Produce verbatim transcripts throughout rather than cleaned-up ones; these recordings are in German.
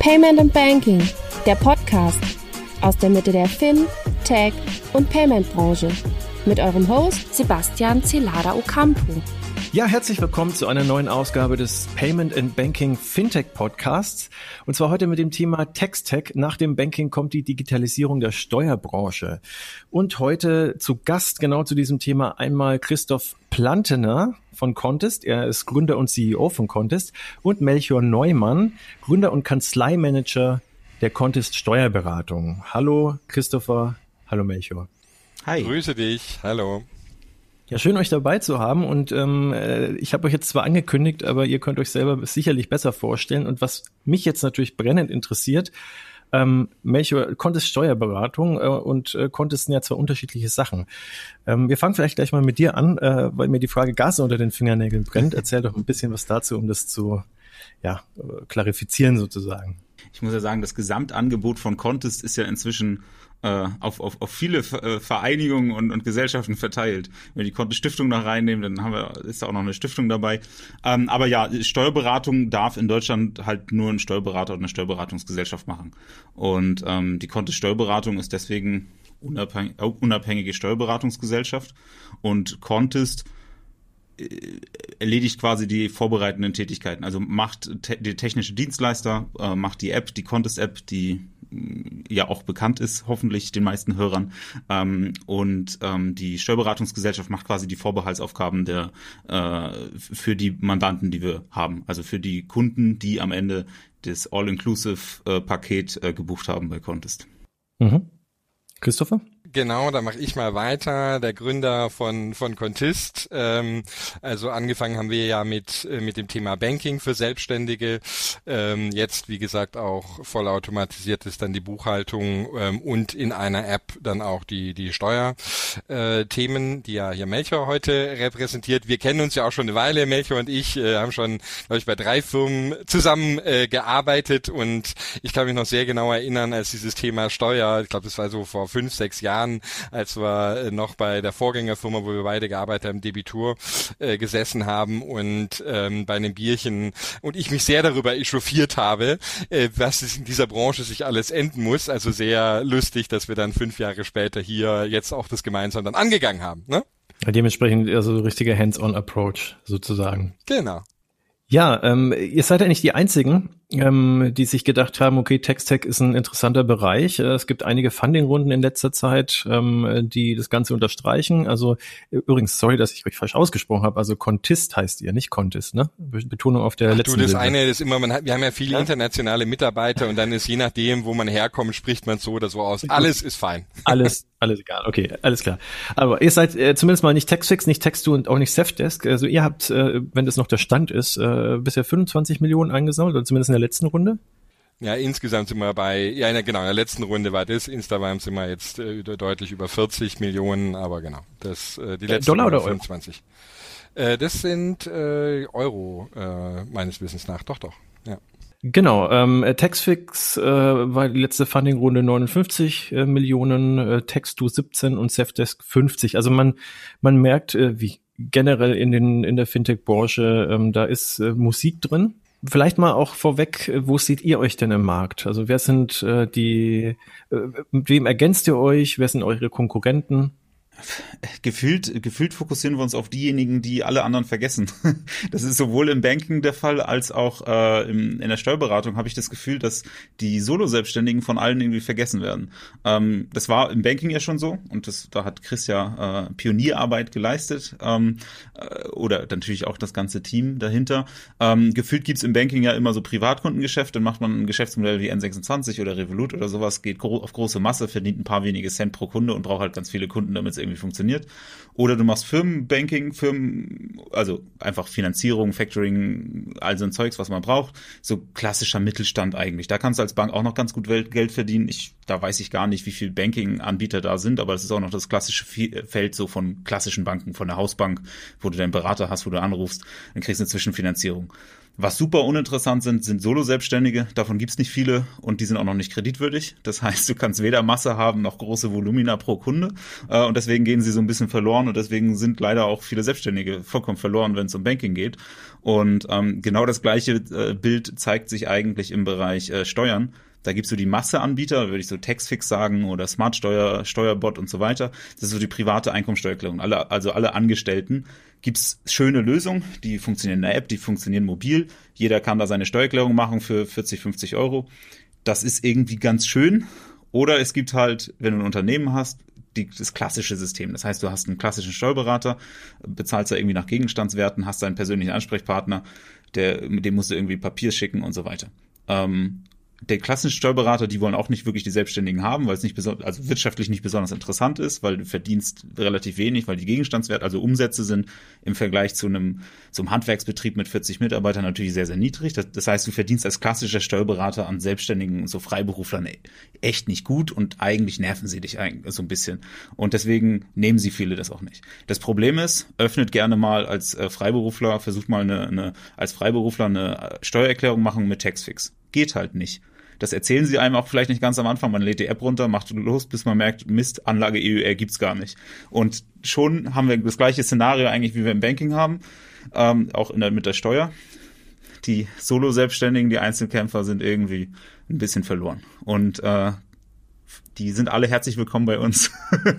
Payment and Banking, der Podcast aus der Mitte der Fin-, Tech- und Payment-Branche mit eurem Host Sebastian Celada Ocampo. Ja, herzlich willkommen zu einer neuen Ausgabe des Payment and Banking Fintech Podcasts. Und zwar heute mit dem Thema Tax-Tech. Nach dem Banking kommt die Digitalisierung der Steuerbranche. Und heute zu Gast genau zu diesem Thema einmal Christoph Plantener von Contest. Er ist Gründer und C E O von Contest. Und Melchior Neumann, Gründer und Kanzleimanager der Contest Steuerberatung. Hallo Christopher, hallo Melchior. Hi. Grüße dich, hallo. Ja, schön euch dabei zu haben und ähm, ich habe euch jetzt zwar angekündigt, aber ihr könnt euch selber sicherlich besser vorstellen. Und was mich jetzt natürlich brennend interessiert, ähm, Melchior, Contest Steuerberatung äh, und äh, Contest sind ja zwei unterschiedliche Sachen. Ähm, wir fangen vielleicht gleich mal mit dir an, äh, weil mir die Frage Gas unter den Fingernägeln brennt. Erzähl doch ein bisschen was dazu, um das zu ja klarifizieren sozusagen. Ich muss ja sagen, das Gesamtangebot von Contest ist ja inzwischen äh, auf, auf, auf viele äh, Vereinigungen und, und Gesellschaften verteilt. Wenn wir die Contest Stiftung noch reinnehmen, dann haben wir, ist da auch noch eine Stiftung dabei. Ähm, aber ja, Steuerberatung darf in Deutschland halt nur ein Steuerberater oder eine Steuerberatungsgesellschaft machen. Und ähm, die Contest Steuerberatung ist deswegen unabhängig, äh, unabhängige Steuerberatungsgesellschaft. Und Contest erledigt quasi die vorbereitenden Tätigkeiten, also macht te- die technische Dienstleister, äh, macht die App, die Contest-App, die mh, ja auch bekannt ist, hoffentlich den meisten Hörern, ähm, und ähm, die Steuerberatungsgesellschaft macht quasi die Vorbehaltsaufgaben der äh, für die Mandanten, die wir haben, also für die Kunden, die am Ende das All-Inclusive-Paket äh, gebucht haben bei Contest. Mhm. Christopher? Genau, da mache ich mal weiter, der Gründer von von Contest. Ähm, also angefangen haben wir ja mit mit dem Thema Banking für Selbstständige. Ähm, jetzt, wie gesagt, auch vollautomatisiert ist dann die Buchhaltung ähm, und in einer App dann auch die die Steuerthemen, äh, die ja hier Melchior heute repräsentiert. Wir kennen uns ja auch schon eine Weile, Melchior und ich äh, haben schon, glaube ich, bei drei Firmen zusammen äh, gearbeitet und ich kann mich noch sehr genau erinnern, als dieses Thema Steuer, ich glaube, das war so vor fünf, sechs Jahren, als wir noch bei der Vorgängerfirma, wo wir beide gearbeitet haben, Debitur, äh, gesessen haben und ähm, bei einem Bierchen und ich mich sehr darüber echauffiert habe, äh, was es in dieser Branche sich alles enden muss. Also sehr lustig, dass wir dann fünf Jahre später hier jetzt auch das gemeinsam dann angegangen haben. Ne? Ja, dementsprechend also richtiger Hands-on-Approach sozusagen. Genau. Ja, ähm, ihr seid ja nicht die Einzigen, ähm, die sich gedacht haben, okay, Tax-Tech ist ein interessanter Bereich. Äh, es gibt einige Funding-Runden in letzter Zeit, ähm, die das Ganze unterstreichen. Also übrigens, sorry, dass ich euch falsch ausgesprochen habe. Also Contist heißt ihr, nicht Contist, ne? Betonung auf der Ach, letzten du, das Silbe. eine ist immer, man hat, wir haben ja viele ja? internationale Mitarbeiter und dann ist je nachdem, wo man herkommt, spricht man so oder so aus. Alles ist fein. Alles, alles egal. Okay, alles klar. Aber ihr seid äh, zumindest mal nicht Taxfix, nicht Tax2 und auch nicht Safdesk. Also ihr habt, äh, wenn das noch der Stand ist, äh, bisher fünfundzwanzig Millionen eingesammelt, oder zumindest in der letzten Runde? Ja, insgesamt sind wir bei, ja genau, in der letzten Runde war das, Instagram sind wir jetzt äh, deutlich über vierzig Millionen, aber genau, das äh, die letzte Dollar oder fünfundzwanzig. Euro? Äh, das sind äh, Euro, äh, meines Wissens nach, doch, doch, ja. Genau, ähm, Taxfix äh, war die letzte Funding-Runde neunundfünfzig äh, Millionen, äh, Tax2 siebzehn und Safdesk fünfzig. Also man man merkt, äh, wie generell in den in der Fintech-Branche, ähm, da ist äh, Musik drin. Vielleicht mal auch vorweg, wo seht ihr euch denn im Markt? Also wer sind äh, die, äh, mit wem ergänzt ihr euch? Wer sind eure Konkurrenten? Gefühlt, gefühlt fokussieren wir uns auf diejenigen, die alle anderen vergessen. Das ist sowohl im Banking der Fall, als auch äh, im, in der Steuerberatung habe ich das Gefühl, dass die Solo-Selbstständigen von allen irgendwie vergessen werden. Ähm, das war im Banking ja schon so und das, da hat Chris ja äh, Pionierarbeit geleistet, ähm, äh, oder natürlich auch das ganze Team dahinter. Ähm, gefühlt gibt's im Banking ja immer so Privatkundengeschäft, dann macht man ein Geschäftsmodell wie N sechsundzwanzig oder Revolut oder sowas, geht gro- auf große Masse, verdient ein paar wenige Cent pro Kunde und braucht halt ganz viele Kunden, damit es irgendwie funktioniert. Oder du machst Firmenbanking, Firmen, also einfach Finanzierung, Factoring, all so ein Zeugs, was man braucht. So klassischer Mittelstand eigentlich. Da kannst du als Bank auch noch ganz gut Geld verdienen. Ich, da weiß ich gar nicht, wie viele Banking-Anbieter da sind, aber es ist auch noch das klassische Feld so von klassischen Banken, von der Hausbank, wo du deinen Berater hast, wo du anrufst, dann kriegst du eine Zwischenfinanzierung. Was super uninteressant sind, sind Solo-Selbstständige. Davon gibt's nicht viele und die sind auch noch nicht kreditwürdig. Das heißt, du kannst weder Masse haben noch große Volumina pro Kunde. Und deswegen gehen sie so ein bisschen verloren und deswegen sind leider auch viele Selbstständige vollkommen verloren, wenn es um Banking geht. Und ähm, genau das gleiche äh, Bild zeigt sich eigentlich im Bereich äh, Steuern. Da gibt's so die Masseanbieter, würde ich so Taxfix sagen oder Smartsteuer, Steuerbot und so weiter. Das ist so die private Einkommensteuererklärung. Alle, also alle Angestellten. Gibt's schöne Lösungen, die funktionieren in der App, die funktionieren mobil. Jeder kann da seine Steuererklärung machen für vierzig, fünfzig Euro. Das ist irgendwie ganz schön. Oder es gibt halt, wenn du ein Unternehmen hast, die, das klassische System. Das heißt, du hast einen klassischen Steuerberater, bezahlst da irgendwie nach Gegenstandswerten, hast deinen persönlichen Ansprechpartner, der, mit dem musst du irgendwie Papier schicken und so weiter. Ähm, Der klassische Steuerberater, die wollen auch nicht wirklich die Selbstständigen haben, weil es nicht besonders, also wirtschaftlich nicht besonders interessant ist, weil du verdienst relativ wenig, weil die Gegenstandswerte, also Umsätze sind im Vergleich zu einem, zum Handwerksbetrieb mit vierzig Mitarbeitern natürlich sehr, sehr niedrig. Das, das heißt, du verdienst als klassischer Steuerberater an Selbstständigen, so Freiberuflern echt nicht gut und eigentlich nerven sie dich eigentlich so ein bisschen. Und deswegen nehmen sie viele das auch nicht. Das Problem ist, öffnet gerne mal als Freiberufler, versucht mal eine, eine als Freiberufler eine Steuererklärung machen mit Taxfix. Geht halt nicht. Das erzählen sie einem auch vielleicht nicht ganz am Anfang. Man lädt die App runter, macht los, bis man merkt, Mist, Anlage E U R gibt's gar nicht. Und schon haben wir das gleiche Szenario eigentlich, wie wir im Banking haben, ähm, auch in der, mit der Steuer. Die Solo-Selbstständigen, die Einzelkämpfer sind irgendwie ein bisschen verloren. Und äh, die sind alle herzlich willkommen bei uns.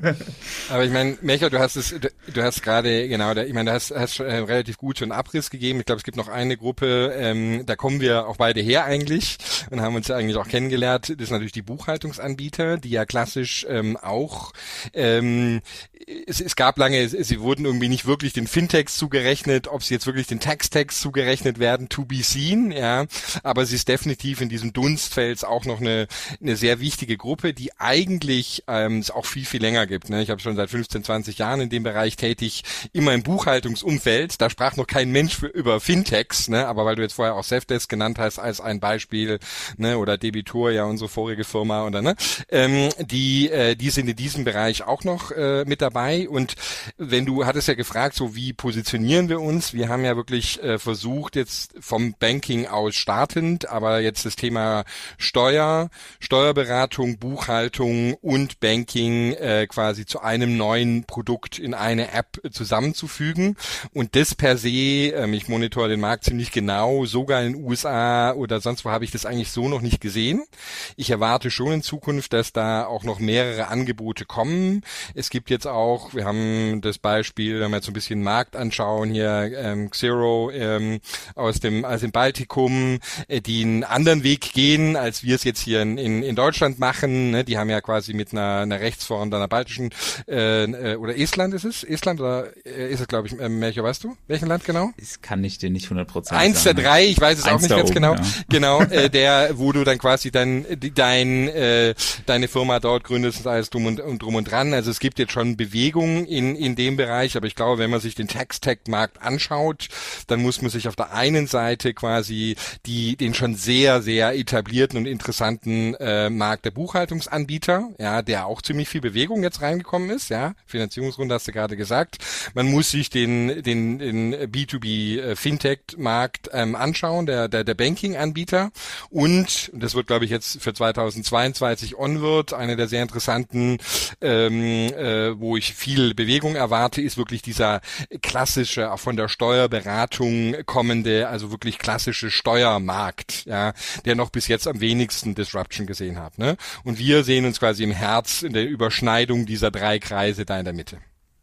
Aber ich meine, Melchior, du hast es, du hast gerade, genau, ich meine, du hast, hast schon einen relativ guten Abriss gegeben. Ich glaube, es gibt noch eine Gruppe, ähm, da kommen wir auch beide her eigentlich und haben uns ja eigentlich auch kennengelernt. Das sind natürlich die Buchhaltungsanbieter, die ja klassisch ähm, auch, ähm, es, es gab lange, sie wurden irgendwie nicht wirklich den Fintechs zugerechnet, ob sie jetzt wirklich den Tax-Techs zugerechnet werden, to be seen, ja. Aber sie ist definitiv in diesem Dunstfeld auch noch eine, eine sehr wichtige Gruppe, die eigentlich ähm, es auch viel, viel länger gibt. Ne? Ich habe schon seit fünfzehn, zwanzig Jahren in dem Bereich tätig, immer im Buchhaltungsumfeld. Da sprach noch kein Mensch für, über Fintechs, ne? Aber weil du jetzt vorher auch Safdesk genannt hast als ein Beispiel, ne? Oder Debitor, ja unsere vorige Firma, oder ne? Ähm, die, äh, die sind in diesem Bereich auch noch äh, mit dabei. Und wenn du hattest ja gefragt, so wie positionieren wir uns? Wir haben ja wirklich äh, versucht, jetzt vom Banking aus startend, aber jetzt das Thema Steuer, Steuerberatung, Buchhaltung und Banking äh, quasi zu einem neuen Produkt in eine App äh, zusammenzufügen. Und das per se, ähm, ich monitore den Markt ziemlich genau, sogar in den U S A oder sonst wo habe ich das eigentlich so noch nicht gesehen. Ich erwarte schon in Zukunft, dass da auch noch mehrere Angebote kommen. Es gibt jetzt auch, wir haben das Beispiel, wenn wir jetzt so ein bisschen Markt anschauen, hier ähm, Xero ähm, aus dem aus dem Baltikum, äh, die einen anderen Weg gehen, als wir es jetzt hier in, in, in Deutschland machen. Ne? Die haben ja quasi mit einer, einer Rechtsform einer baltischen äh, oder Estland ist es? Estland oder äh, ist es, glaube ich, äh, Melchior, weißt du? Welchen Land genau? Das kann ich dir nicht hundert Prozent Eins sagen. der drei, ich weiß es Eins auch nicht ganz oben, genau. Ja. Genau, äh, der, wo du dann quasi dann dein, äh, deine Firma dort gründest und alles drum und, und drum und dran. Also es gibt jetzt schon Bewegung in in dem Bereich, aber ich glaube, wenn man sich den Tax-Tech-Markt anschaut, dann muss man sich auf der einen Seite quasi die den schon sehr, sehr etablierten und interessanten äh, Markt der Buchhaltungsanbieter, ja, der auch ziemlich viel Bewegung jetzt reingekommen ist, ja, Finanzierungsrunde hast du gerade gesagt. Man muss sich den den, den B zwei B äh, Fintech-Markt ähm, anschauen, der der der Banking-Anbieter und, und das wird, glaube ich, jetzt für zweitausendzweiundzwanzig onward eine der sehr interessanten, ähm, äh, wo ich viel Bewegung erwarte, ist wirklich dieser klassische, auch von der Steuerberatung kommende, also wirklich klassische Steuermarkt, ja, der noch bis jetzt am wenigsten Disruption gesehen hat, ne? Und wir sehen uns quasi im Herz in der Überschneidung dieser drei Kreise da in der Mitte.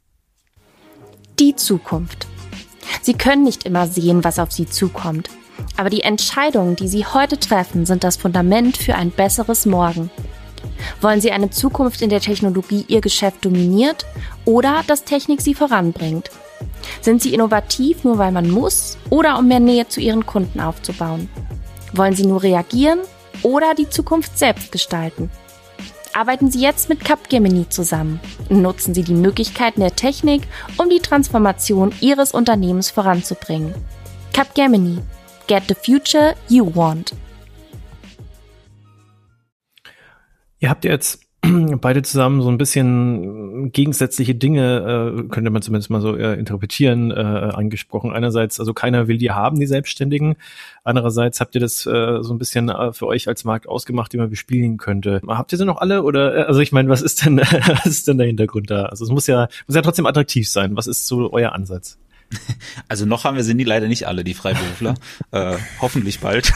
Die Zukunft. Sie können nicht immer sehen, was auf Sie zukommt. Aber die Entscheidungen, die Sie heute treffen, sind das Fundament für ein besseres Morgen. Wollen Sie eine Zukunft, in der Technologie Ihr Geschäft dominiert oder dass Technik Sie voranbringt? Sind Sie innovativ, nur weil man muss oder um mehr Nähe zu Ihren Kunden aufzubauen? Wollen Sie nur reagieren oder die Zukunft selbst gestalten? Arbeiten Sie jetzt mit Capgemini zusammen. Nutzen Sie die Möglichkeiten der Technik, um die Transformation Ihres Unternehmens voranzubringen. Capgemini. Get the future you want. Ihr habt jetzt beide zusammen so ein bisschen gegensätzliche Dinge, äh, könnte man zumindest mal so äh, interpretieren, äh, angesprochen. Einerseits, also keiner will die haben, die Selbstständigen. Andererseits habt ihr das äh, so ein bisschen äh, für euch als Markt ausgemacht, den man bespielen könnte. Habt ihr sie noch alle? Oder, also ich meine, was ist denn, was ist denn der Hintergrund da? Also es muss ja, muss ja trotzdem attraktiv sein. Was ist so euer Ansatz? Also noch haben wir sie nie, leider nicht alle, die Freiberufler. äh, hoffentlich bald.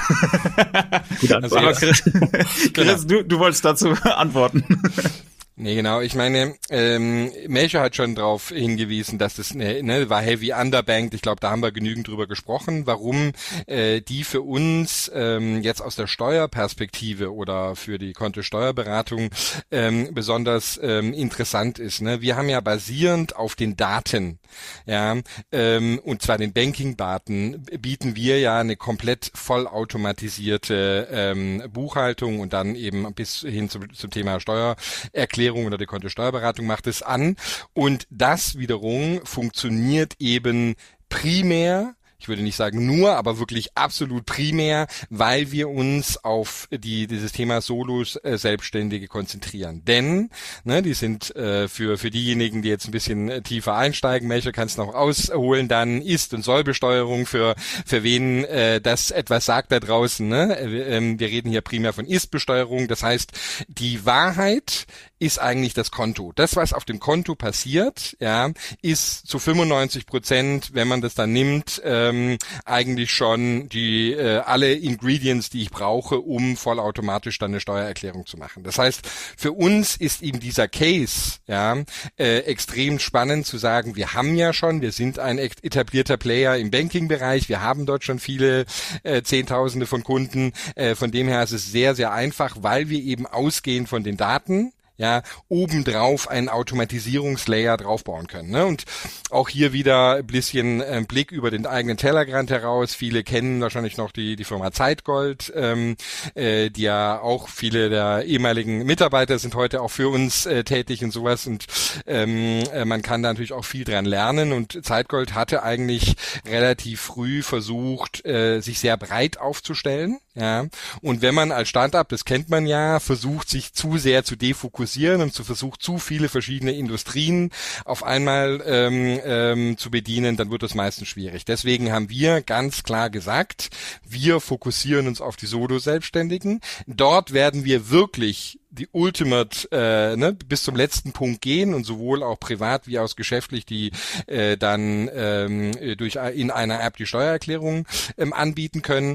Gut, also, aber Chris, Chris du, du wolltest dazu antworten. Nee, genau. Ich meine, ähm, Melchior hat schon darauf hingewiesen, dass das ne, ne, war heavy underbanked. Ich glaube, da haben wir genügend drüber gesprochen, warum äh, die für uns ähm, jetzt aus der Steuerperspektive oder für die Kontosteuerberatung ähm, besonders ähm, interessant ist. Ne? Wir haben ja basierend auf den Daten, ja, ähm, und zwar den Banking-Daten, bieten wir ja eine komplett vollautomatisierte ähm, Buchhaltung und dann eben bis hin zum, zum Thema Steuererklärung oder die Kontosteuerberatung macht es an, und das wiederum funktioniert eben primär, ich würde nicht sagen nur, aber wirklich absolut primär, weil wir uns auf die dieses Thema Solos äh, Selbstständige konzentrieren. Denn, ne, die sind äh, für für diejenigen, die jetzt ein bisschen äh, tiefer einsteigen, Melchior kann es noch ausholen, dann Ist- und Sollbesteuerung, für für wen äh, das etwas sagt da draußen. Ne? Äh, äh, wir reden hier primär von Ist-Besteuerung, das heißt, die Wahrheit ist eigentlich das Konto. Das, was auf dem Konto passiert, ja, ist zu fünfundneunzig Prozent, wenn man das dann nimmt, ähm, eigentlich schon die äh, alle Ingredients, die ich brauche, um vollautomatisch dann eine Steuererklärung zu machen. Das heißt, für uns ist eben dieser Case, ja, äh, extrem spannend zu sagen, wir haben ja schon, wir sind ein etablierter Player im Banking-Bereich, wir haben dort schon viele äh, Zehntausende von Kunden, äh, von dem her ist es sehr, sehr einfach, weil wir eben ausgehen von den Daten, ja, obendrauf einen Automatisierungslayer draufbauen können. Ne? Und auch hier wieder ein bisschen äh, Blick über den eigenen Tellerrand heraus. Viele kennen wahrscheinlich noch die die Firma Zeitgold, ähm, äh, die ja auch viele der ehemaligen Mitarbeiter sind heute auch für uns äh, tätig und sowas. Und ähm, äh, man kann da natürlich auch viel dran lernen. Und Zeitgold hatte eigentlich relativ früh versucht, äh, sich sehr breit aufzustellen. Ja, und wenn man als Startup, das kennt man ja, versucht, sich zu sehr zu defokussieren und zu versucht, zu viele verschiedene Industrien auf einmal ähm, ähm, zu bedienen, dann wird das meistens schwierig. Deswegen haben wir ganz klar gesagt, wir fokussieren uns auf die Solo-Selbstständigen. Dort werden wir wirklich die Ultimate, äh, ne, bis zum letzten Punkt gehen und sowohl auch privat wie auch geschäftlich die äh, dann ähm, durch in einer App die Steuererklärung ähm, anbieten können.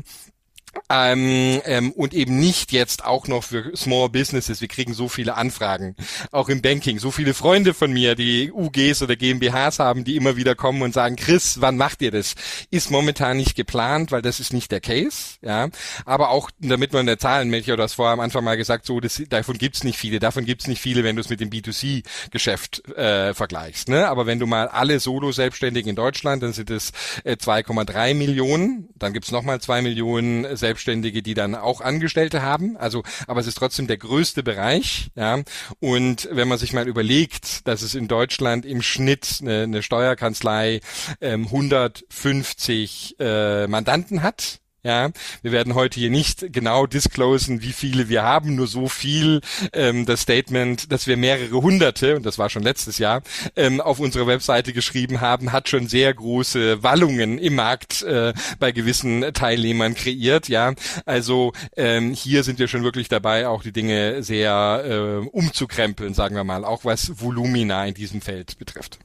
Ähm, ähm, und eben nicht jetzt auch noch für Small Businesses. Wir kriegen so viele Anfragen, auch im Banking. So viele Freunde von mir, die U Gs oder GmbHs haben, die immer wieder kommen und sagen, Chris, wann macht ihr das? Ist momentan nicht geplant, weil das ist nicht der Case. Ja, aber auch, damit man in der Zahlen, Melchior, du hast vorher am Anfang mal gesagt, so das, davon gibt's nicht viele. Davon gibt's nicht viele, wenn du es mit dem B zwei C-Geschäft äh, vergleichst. Ne? Aber wenn du mal alle Solo-Selbstständigen in Deutschland, dann sind es äh, zwei Komma drei Millionen. Dann gibt's nochmal zwei Millionen äh, Selbstständige, die dann auch Angestellte haben, also, aber es ist trotzdem der größte Bereich, ja, und wenn man sich mal überlegt, dass es in Deutschland im Schnitt eine, eine Steuerkanzlei ähm, hundertfünfzig äh, Mandanten hat, ja, wir werden heute hier nicht genau disclosen, wie viele wir haben, nur so viel, ähm, das Statement, dass wir mehrere Hunderte, und das war schon letztes Jahr, ähm, auf unserer Webseite geschrieben haben, hat schon sehr große Wallungen im Markt äh, bei gewissen Teilnehmern kreiert, ja, also ähm, hier sind wir schon wirklich dabei, auch die Dinge sehr äh, umzukrempeln, sagen wir mal, auch was Volumina in diesem Feld betrifft.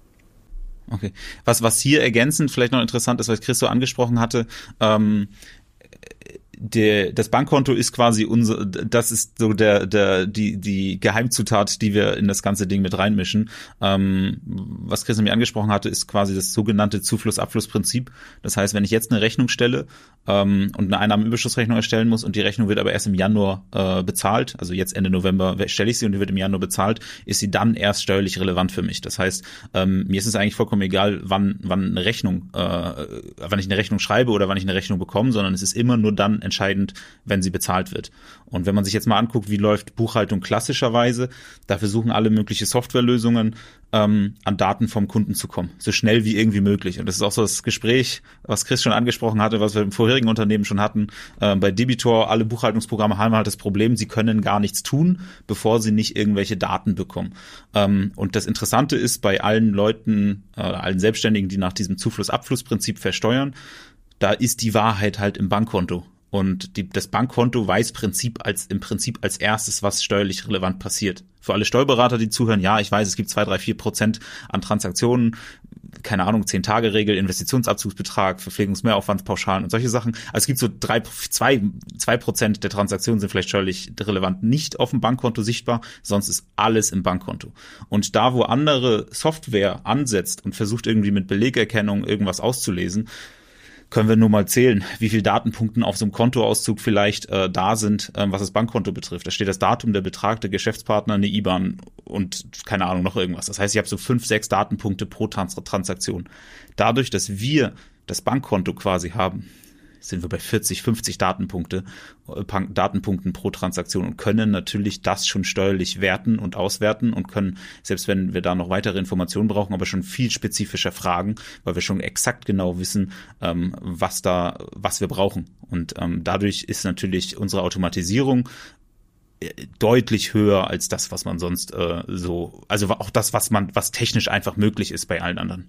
Okay. Was, was hier ergänzend vielleicht noch interessant ist, was Chris so angesprochen hatte, ähm, der, das Bankkonto ist quasi unser, das ist so der, der, die, die Geheimzutat, die wir in das ganze Ding mit reinmischen. Ähm, was Chris nämlich angesprochen hatte, ist quasi das sogenannte Zufluss-Abfluss-Prinzip. Das heißt, wenn ich jetzt eine Rechnung stelle ähm, und eine Einnahmenüberschussrechnung erstellen muss und die Rechnung wird aber erst im Januar äh, bezahlt, also jetzt Ende November stelle ich sie und die wird im Januar bezahlt, ist sie dann erst steuerlich relevant für mich. Das heißt, ähm, mir ist es eigentlich vollkommen egal, wann, wann eine Rechnung, äh, wann ich eine Rechnung schreibe oder wann ich eine Rechnung bekomme, sondern es ist immer nur dann entscheidend, wenn sie bezahlt wird. Und wenn man sich jetzt mal anguckt, wie läuft Buchhaltung klassischerweise, da versuchen alle mögliche Softwarelösungen ähm, an Daten vom Kunden zu kommen, so schnell wie irgendwie möglich. Und das ist auch so das Gespräch, was Chris schon angesprochen hatte, was wir im vorherigen Unternehmen schon hatten. Äh, bei Debitor, alle Buchhaltungsprogramme haben halt das Problem, sie können gar nichts tun, bevor sie nicht irgendwelche Daten bekommen. Ähm, und das Interessante ist, bei allen Leuten, äh, allen Selbstständigen, die nach diesem Zufluss-Abfluss-Prinzip versteuern, da ist die Wahrheit halt im Bankkonto. Und die, das Bankkonto weiß Prinzip als, im Prinzip als erstes, was steuerlich relevant passiert. Für alle Steuerberater, die zuhören, ja, ich weiß, es gibt zwei, drei, vier Prozent an Transaktionen, keine Ahnung, zehn-Tage-Regel, Investitionsabzugsbetrag, Verpflegungsmehraufwandspauschalen und solche Sachen. Also es gibt so drei, zwei, zwei Prozent der Transaktionen sind vielleicht steuerlich relevant nicht auf dem Bankkonto sichtbar, sonst ist alles im Bankkonto. Und da, wo andere Software ansetzt und versucht irgendwie mit Belegerkennung irgendwas auszulesen, können wir nur mal zählen, wie viel Datenpunkten auf so einem Kontoauszug vielleicht äh, da sind, ähm, was das Bankkonto betrifft. Da steht das Datum, der Betrag, der Geschäftspartner, eine I B A N und keine Ahnung, noch irgendwas. Das heißt, ich habe so fünf, sechs Datenpunkte pro Trans- Transaktion. Dadurch, dass wir das Bankkonto quasi haben, sind wir bei vierzig, fünfzig Datenpunkte, äh, Datenpunkten pro Transaktion und können natürlich das schon steuerlich werten und auswerten und können, selbst wenn wir da noch weitere Informationen brauchen, aber schon viel spezifischer fragen, weil wir schon exakt genau wissen, ähm, was da, was wir brauchen. Und ähm, dadurch ist natürlich unsere Automatisierung deutlich höher als das, was man sonst äh, so, also auch das, was man, was technisch einfach möglich ist bei allen anderen.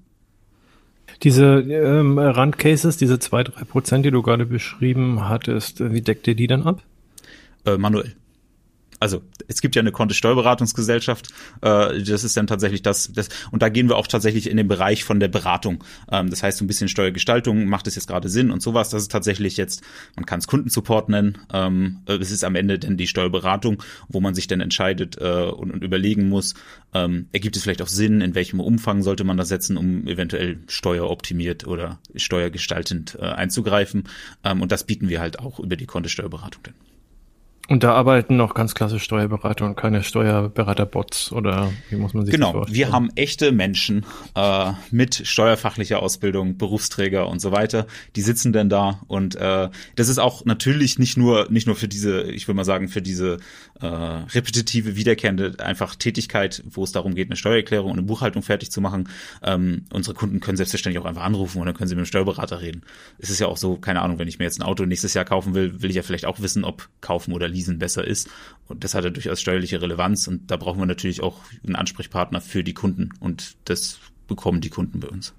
Diese ähm, Randcases, diese zwei, drei Prozent, die du gerade beschrieben hattest, wie deckt ihr die dann ab? Äh, manuell. Also es gibt ja eine Kontosteuerberatungsgesellschaft, äh, das ist dann tatsächlich das, das, und da gehen wir auch tatsächlich in den Bereich von der Beratung. Ähm, das heißt, so ein bisschen Steuergestaltung, macht es jetzt gerade Sinn und sowas. Das ist tatsächlich jetzt, man kann es Kundensupport nennen. Ähm, es ist am Ende dann die Steuerberatung, wo man sich dann entscheidet äh, und, und überlegen muss, ähm, ergibt es vielleicht auch Sinn, in welchem Umfang sollte man das setzen, um eventuell steueroptimiert oder steuergestaltend äh, einzugreifen. Ähm, und das bieten wir halt auch über die Kontosteuerberatung dann. Und da arbeiten noch ganz klassisch Steuerberater und keine Steuerberater-Bots oder wie muss man sich genau, das vorstellen? Genau, wir haben echte Menschen äh, mit steuerfachlicher Ausbildung, Berufsträger und so weiter, die sitzen denn da und äh, das ist auch natürlich nicht nur nicht nur für diese, ich würde mal sagen, für diese äh, repetitive, wiederkehrende einfach Tätigkeit, wo es darum geht, eine Steuererklärung und eine Buchhaltung fertig zu machen. Ähm, unsere Kunden können selbstverständlich auch einfach anrufen und dann können sie mit dem Steuerberater reden. Es ist ja auch so, keine Ahnung, wenn ich mir jetzt ein Auto nächstes Jahr kaufen will, will ich ja vielleicht auch wissen, ob kaufen oder leasen besser ist. Und das hat ja durchaus steuerliche Relevanz und da brauchen wir natürlich auch einen Ansprechpartner für die Kunden und das bekommen die Kunden bei uns.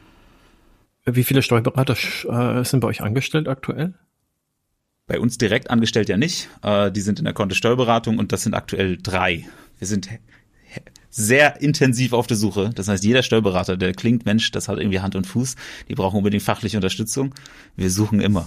Wie viele Steuerberater äh, sind bei euch angestellt aktuell? Bei uns direkt angestellt ja nicht. Äh, die sind in der Kontosteuerberatung und das sind aktuell drei. Wir sind sehr intensiv auf der Suche. Das heißt, jeder Steuerberater, der klingt, Mensch, das hat irgendwie Hand und Fuß, die brauchen unbedingt fachliche Unterstützung. Wir suchen immer.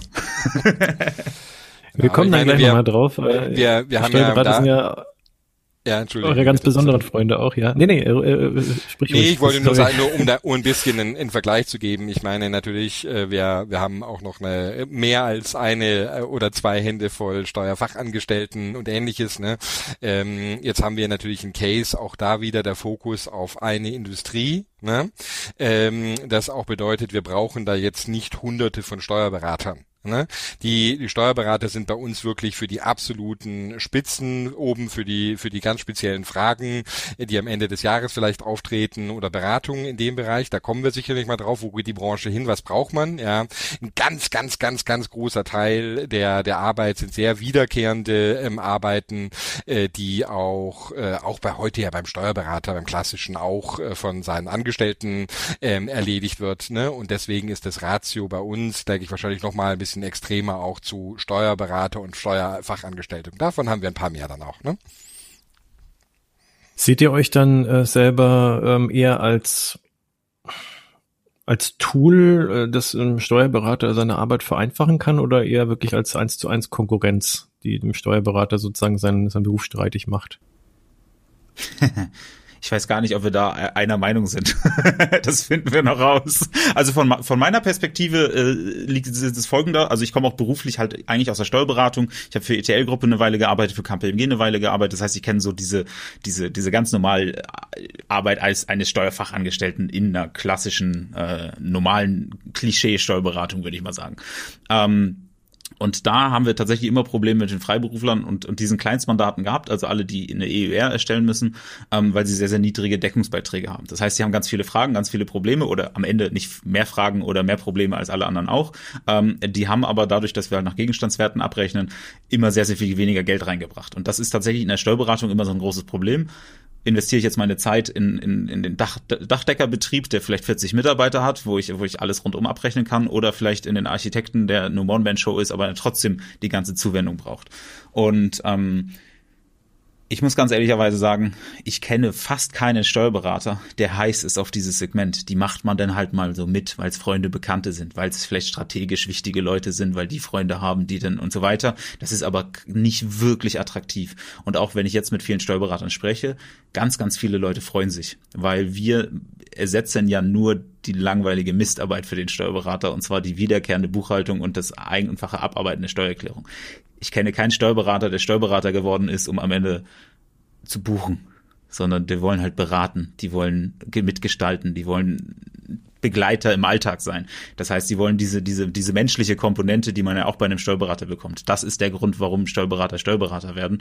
Wir kommen da gleich nochmal drauf. Wir, wir haben ja da, sind ja ja, Entschuldigung. Eure ganz besonderen Freunde auch, ja. Nee, nee, äh, äh, sprich Nee, ruhig. ich wollte Sorry. nur sagen, nur um da um ein bisschen einen, einen Vergleich zu geben. Ich meine natürlich, äh, wir wir haben auch noch eine mehr als eine äh, oder zwei Hände voll Steuerfachangestellten und ähnliches. Ne? Ähm, jetzt haben wir natürlich einen Case, auch da wieder der Fokus auf eine Industrie. Ne? Ähm, das auch bedeutet, wir brauchen da jetzt nicht hunderte von Steuerberatern. Ne? Die, die Steuerberater sind bei uns wirklich für die absoluten Spitzen oben, für die, für die ganz speziellen Fragen, die am Ende des Jahres vielleicht auftreten oder Beratungen in dem Bereich. Da kommen wir sicherlich mal drauf, wo geht die Branche hin, was braucht man? Ja, ein ganz, ganz, ganz, ganz großer Teil der, der Arbeit sind sehr wiederkehrende ähm, Arbeiten, äh, die auch, äh, auch bei heute ja beim Steuerberater, beim klassischen auch äh, von seinen Angestellten ähm, erledigt wird. Ne? Und deswegen ist das Ratio bei uns, denke ich, wahrscheinlich nochmal ein bisschen extremer auch zu Steuerberater und Steuerfachangestellten. Davon haben wir ein paar mehr dann auch, ne? Seht ihr euch dann äh, selber ähm, eher als als Tool, äh, das ein Steuerberater seine Arbeit vereinfachen kann oder eher wirklich als eins zu eins Konkurrenz, die dem Steuerberater sozusagen seinen, seinen Beruf streitig macht? Ich weiß gar nicht, ob wir da einer Meinung sind. Das finden wir noch raus. Also von von meiner Perspektive äh, liegt das Folgende. Also ich komme auch beruflich halt eigentlich aus der Steuerberatung. Ich habe für E T L-Gruppe eine Weile gearbeitet, für K P M G eine Weile gearbeitet. Das heißt, ich kenne so diese diese diese ganz normale Arbeit als eines Steuerfachangestellten in einer klassischen, äh, normalen Klischee-Steuerberatung, würde ich mal sagen. Ähm, Und da haben wir tatsächlich immer Probleme mit den Freiberuflern und, und diesen Kleinstmandaten gehabt, also alle, die eine E U R erstellen müssen, ähm, weil sie sehr, sehr niedrige Deckungsbeiträge haben. Das heißt, sie haben ganz viele Fragen, ganz viele Probleme oder am Ende nicht mehr Fragen oder mehr Probleme als alle anderen auch. Ähm, die haben aber dadurch, dass wir halt nach Gegenstandswerten abrechnen, immer sehr, sehr viel weniger Geld reingebracht. Und das ist tatsächlich in der Steuerberatung immer so ein großes Problem. Investiere ich jetzt meine Zeit in, in, in den Dach, Dachdeckerbetrieb, der vielleicht vierzig Mitarbeiter hat, wo ich, wo ich alles rundum abrechnen kann, oder vielleicht in den Architekten, der eine One-Man-Show ist, aber trotzdem die ganze Zuwendung braucht. Und ähm, ich muss ganz ehrlicherweise sagen, ich kenne fast keinen Steuerberater, der heiß ist auf dieses Segment. Die macht man dann halt mal so mit, weil es Freunde, Bekannte sind, weil es vielleicht strategisch wichtige Leute sind, weil die Freunde haben, die dann und so weiter. Das ist aber nicht wirklich attraktiv. Und auch wenn ich jetzt mit vielen Steuerberatern spreche, ganz, ganz viele Leute freuen sich, weil wir ersetzen ja nur die langweilige Mistarbeit für den Steuerberater, und zwar die wiederkehrende Buchhaltung und das einfache Abarbeiten der Steuererklärung. Ich kenne keinen Steuerberater, der Steuerberater geworden ist, um am Ende zu buchen, sondern die wollen halt beraten, die wollen mitgestalten, die wollen Begleiter im Alltag sein. Das heißt, die wollen diese diese diese menschliche Komponente, die man ja auch bei einem Steuerberater bekommt. Das ist der Grund, warum Steuerberater Steuerberater werden.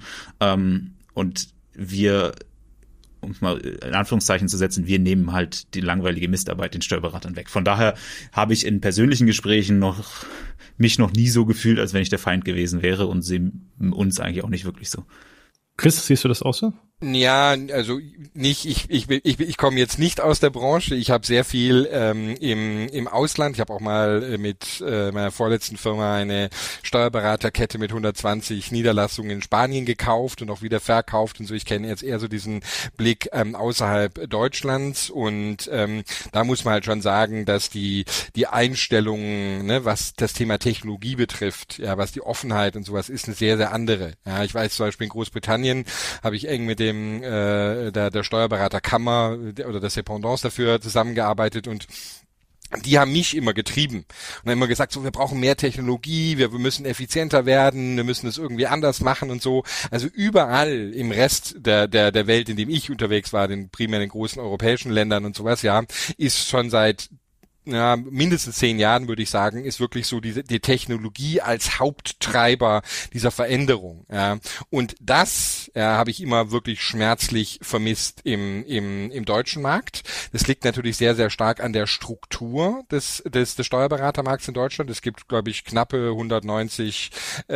Und wir, um es mal in Anführungszeichen zu setzen, wir nehmen halt die langweilige Mistarbeit den Steuerberatern weg. Von daher habe ich in persönlichen Gesprächen noch mich noch nie so gefühlt, als wenn ich der Feind gewesen wäre, und sehe uns eigentlich auch nicht wirklich so. Chris, siehst du das auch so? Ja, also nicht, ich ich ich, ich komme jetzt nicht aus der Branche. Ich habe sehr viel ähm, im im Ausland. Ich habe auch mal mit äh, meiner vorletzten Firma eine Steuerberaterkette mit hundertzwanzig Niederlassungen in Spanien gekauft und auch wieder verkauft und so. Ich kenne jetzt eher so diesen Blick ähm, außerhalb Deutschlands, und ähm, da muss man halt schon sagen, dass die die Einstellung, ne, was das Thema Technologie betrifft, ja, was die Offenheit und sowas ist, eine sehr, sehr andere. Ja, ich weiß zum Beispiel in Großbritannien habe ich eng mit dem äh, der, der Steuerberaterkammer der, oder des Dependance dafür zusammengearbeitet, und die haben mich immer getrieben und haben immer gesagt, so, wir brauchen mehr Technologie, wir, wir müssen effizienter werden, wir müssen es irgendwie anders machen und so. Also überall im Rest der der der Welt, in dem ich unterwegs war, den primär in den großen europäischen Ländern und sowas, ja, ist schon seit ja, mindestens zehn Jahren, würde ich sagen, ist wirklich so die, die Technologie als Haupttreiber dieser Veränderung. Ja. Und das ja, habe ich immer wirklich schmerzlich vermisst im, im, im deutschen Markt. Das liegt natürlich sehr, sehr stark an der Struktur des, des, des Steuerberatermarkts in Deutschland. Es gibt, glaube ich, knappe hundertneunzigtausend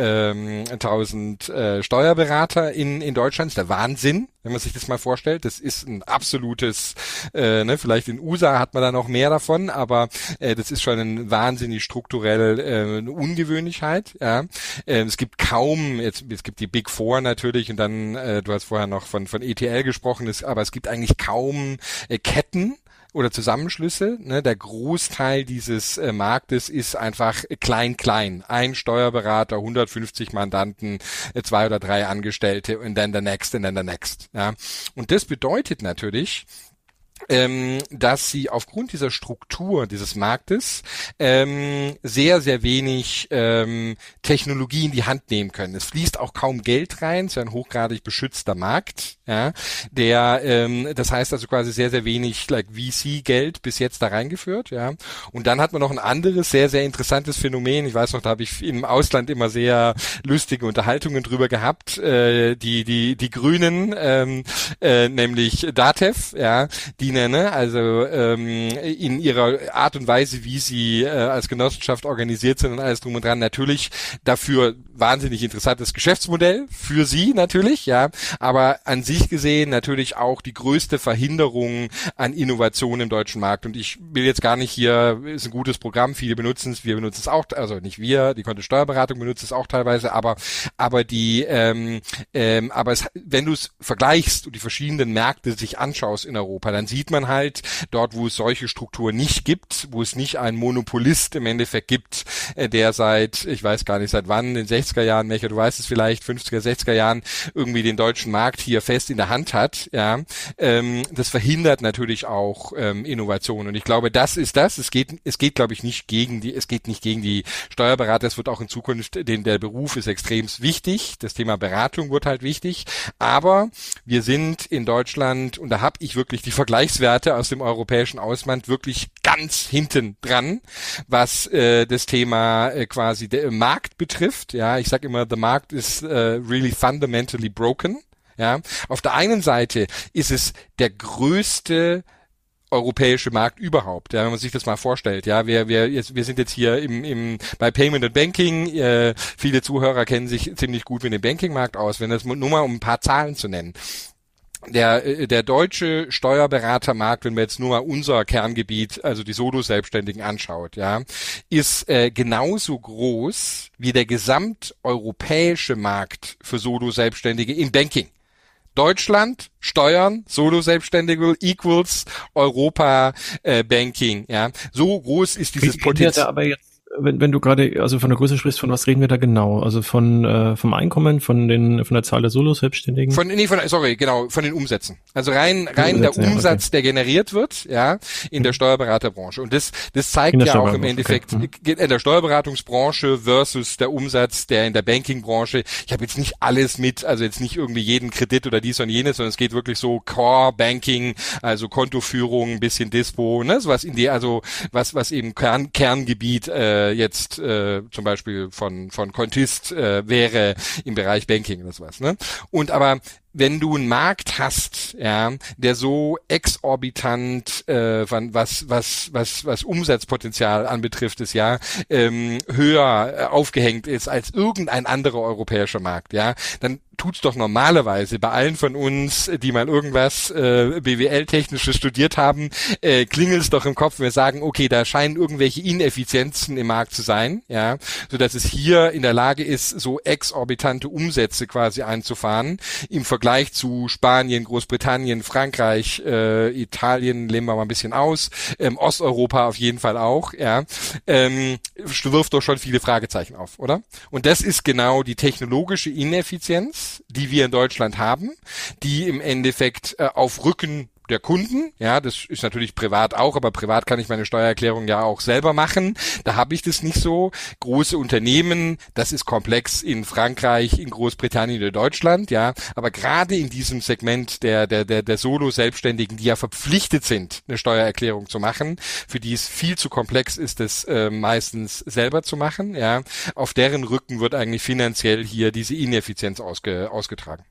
ähm, äh, Steuerberater in, in Deutschland. Das ist der Wahnsinn, wenn man sich das mal vorstellt. Das ist ein absolutes, äh, ne, vielleicht in U S A hat man da noch mehr davon, aber äh, das ist schon ein wahnsinnig strukturell äh, eine Ungewöhnlichkeit. Ja. Äh, es gibt kaum, jetzt es gibt die Big Four natürlich, und dann, äh, du hast vorher noch von von E T L gesprochen, ist, aber es gibt eigentlich kaum äh, Ketten oder Zusammenschlüsse. Ne? Der Großteil dieses äh, Marktes ist einfach klein, klein. Ein Steuerberater, hundertfünfzig Mandanten, äh, zwei oder drei Angestellte, und dann the next, and then the next. Ja? Und das bedeutet natürlich, ähm, dass sie aufgrund dieser Struktur dieses Marktes ähm, sehr, sehr wenig ähm, Technologie in die Hand nehmen können. Es fließt auch kaum Geld rein, es ist ein hochgradig beschützter Markt, ja, der, ähm, das heißt also quasi sehr, sehr wenig like V C-Geld bis jetzt da reingeführt, ja. Und dann hat man noch ein anderes, sehr, sehr interessantes Phänomen. Ich weiß noch, da habe ich im Ausland immer sehr lustige Unterhaltungen drüber gehabt. Äh, die, die, die Grünen, ähm, äh, nämlich DATEV, ja, die ne, also ähm, in ihrer Art und Weise, wie sie äh, als Genossenschaft organisiert sind und alles drum und dran, natürlich dafür wahnsinnig interessantes Geschäftsmodell für sie natürlich, ja, aber an sich gesehen natürlich auch die größte Verhinderung an Innovation im deutschen Markt. Und ich will jetzt gar nicht hier, ist ein gutes Programm, viele benutzen es, wir benutzen es auch, also nicht wir, die Kontist Steuerberatung benutzt es auch teilweise, aber aber die, ähm, ähm, aber es, wenn du es vergleichst und die verschiedenen Märkte sich anschaust in Europa, dann sieht man halt, dort, wo es solche Strukturen nicht gibt, wo es nicht einen Monopolist im Endeffekt gibt, äh, der seit, ich weiß gar nicht seit wann, in den sechziger Jahren, Mecher, du weißt es vielleicht, fünfziger, sechziger Jahren irgendwie den deutschen Markt hier fest in der Hand hat, ja, ähm, das verhindert natürlich auch ähm, Innovation. Und ich glaube, das ist das. Es geht, es geht, glaube ich, nicht gegen die, es geht nicht gegen die Steuerberater. Es wird auch in Zukunft, den der Beruf ist extrem wichtig. Das Thema Beratung wird halt wichtig. Aber wir sind in Deutschland, und da habe ich wirklich die Vergleiche Vergleichswerte aus dem europäischen Ausland wirklich ganz hinten dran, was äh, das Thema äh, quasi der Markt betrifft. Ja, ich sage immer, the market is uh, really fundamentally broken. Ja, auf der einen Seite ist es der größte europäische Markt überhaupt, ja, wenn man sich das mal vorstellt, ja, wir wir jetzt, wir sind jetzt hier im im bei Payment and Banking, äh, viele Zuhörer kennen sich ziemlich gut mit dem Bankingmarkt aus, wenn das nur mal um ein paar Zahlen zu nennen. Der der deutsche Steuerberatermarkt, wenn man jetzt nur mal unser Kerngebiet, also die Solo-Selbstständigen anschaut, ja, ist äh, genauso groß wie der gesamteuropäische Markt für Solo-Selbstständige im Banking. Deutschland, Steuern, Solo-Selbstständige equals Europa äh, Banking, ja. So groß ist dieses Potenzial. Aber jetzt, wenn, wenn du gerade also von der Größe sprichst, von was reden wir da genau? Also von äh, vom Einkommen, von den von der Zahl der Solo-Selbstständigen? Von nee, von sorry, genau, von den Umsätzen. Also rein rein Umsätze, der Umsatz, ja, okay, der generiert wird, ja, in der Steuerberaterbranche. Und das das zeigt ja auch im Endeffekt okay. in der Steuerberatungsbranche versus der Umsatz, der in der Bankingbranche. Ich habe jetzt nicht alles mit, also jetzt nicht irgendwie jeden Kredit oder dies und jenes, sondern es geht wirklich so Core Banking, also Kontoführung, ein bisschen Dispo, ne, sowas in die, also was was eben Kern, Kerngebiet äh, jetzt äh, zum Beispiel von von Contist äh, wäre im Bereich Banking oder sowas, ne? Und aber wenn du einen Markt hast, ja, der so exorbitant äh, was was was was Umsatzpotenzial anbetrifft, ist ja ähm, höher äh, aufgehängt ist als irgendein anderer europäischer Markt, ja, dann tut's doch normalerweise bei allen von uns, die mal irgendwas äh, B W L-technisches studiert haben, äh, klingelt's doch im Kopf, wenn wir sagen, okay, da scheinen irgendwelche Ineffizienzen im Markt zu sein, ja, so dass es hier in der Lage ist, so exorbitante Umsätze quasi einzufahren im Vergleich zu Spanien, Großbritannien, Frankreich, äh, Italien, nehmen wir mal ein bisschen aus, ähm, Osteuropa auf jeden Fall auch, ja, ähm, wirft doch schon viele Fragezeichen auf, oder? Und das ist genau die technologische Ineffizienz, die wir in Deutschland haben, die im Endeffekt äh, auf Rücken der Kunden, ja, das ist natürlich privat auch, aber privat kann ich meine Steuererklärung ja auch selber machen. Da habe ich das nicht so. Große Unternehmen, das ist komplex in Frankreich, in Großbritannien oder Deutschland, ja. Aber gerade in diesem Segment der der der der Solo-Selbstständigen, die ja verpflichtet sind, eine Steuererklärung zu machen, für die es viel zu komplex ist, das äh, meistens selber zu machen, ja. Auf deren Rücken wird eigentlich finanziell hier diese Ineffizienz ausge, ausgetragen.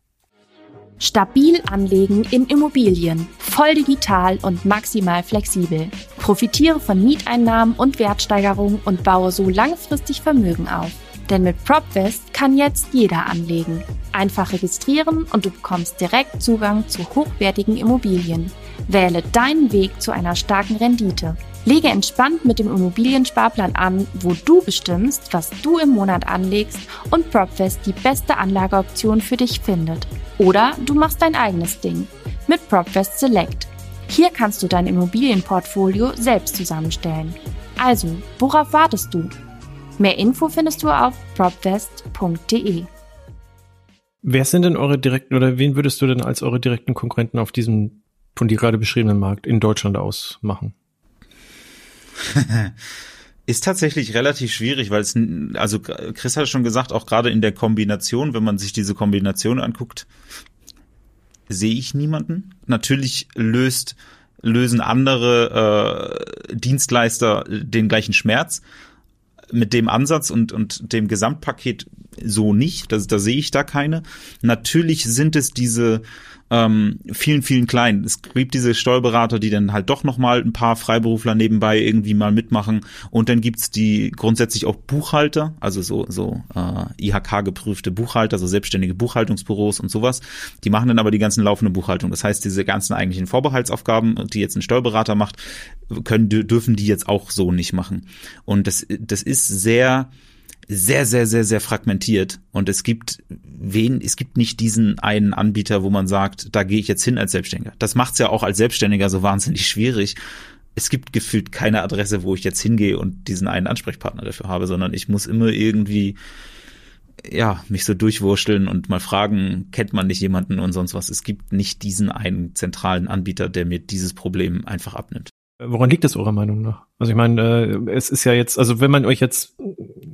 Stabil anlegen in Immobilien, voll digital und maximal flexibel. Profitiere von Mieteinnahmen und Wertsteigerung und baue so langfristig Vermögen auf. Denn mit PropVest kann jetzt jeder anlegen. Einfach registrieren und du bekommst direkt Zugang zu hochwertigen Immobilien. Wähle deinen Weg zu einer starken Rendite. Lege entspannt mit dem Immobiliensparplan an, wo du bestimmst, was du im Monat anlegst und PropVest die beste Anlageoption für dich findet. Oder du machst dein eigenes Ding mit PropVest Select. Hier kannst du dein Immobilienportfolio selbst zusammenstellen. Also, worauf wartest du? Mehr Info findest du auf propvest punkt de. Wer sind denn eure direkten, oder wen würdest du denn als eure direkten Konkurrenten auf diesem von dir gerade beschriebenen Markt in Deutschland ausmachen? Ist tatsächlich relativ schwierig, weil es, also Chris hat schon gesagt, auch gerade in der Kombination, wenn man sich diese Kombination anguckt, sehe ich niemanden. Natürlich löst, lösen andere äh, Dienstleister den gleichen Schmerz mit dem Ansatz und, und dem Gesamtpaket so nicht. Das, da sehe ich da keine. Natürlich sind es diese ähm, vielen, vielen kleinen. Es gibt diese Steuerberater, die dann halt doch nochmal ein paar Freiberufler nebenbei irgendwie mal mitmachen. Und dann gibt's die grundsätzlich auch Buchhalter, also so so äh, I H K-geprüfte Buchhalter, so selbstständige Buchhaltungsbüros und sowas. Die machen dann aber die ganzen laufende Buchhaltung. Das heißt, diese ganzen eigentlichen Vorbehaltsaufgaben, die jetzt ein Steuerberater macht, können dürfen die jetzt auch so nicht machen. Und das das ist sehr sehr, sehr, sehr, sehr fragmentiert und es gibt wen, es gibt nicht diesen einen Anbieter, wo man sagt, da gehe ich jetzt hin als Selbstständiger. Das macht's ja auch als Selbstständiger so wahnsinnig schwierig. Es gibt gefühlt keine Adresse, wo ich jetzt hingehe und diesen einen Ansprechpartner dafür habe, sondern ich muss immer irgendwie, ja, mich so durchwurschteln und mal fragen, kennt man nicht jemanden und sonst was. Es gibt nicht diesen einen zentralen Anbieter, der mir dieses Problem einfach abnimmt. Woran liegt das eurer Meinung nach? Also ich meine, äh, es ist ja jetzt, also wenn man euch jetzt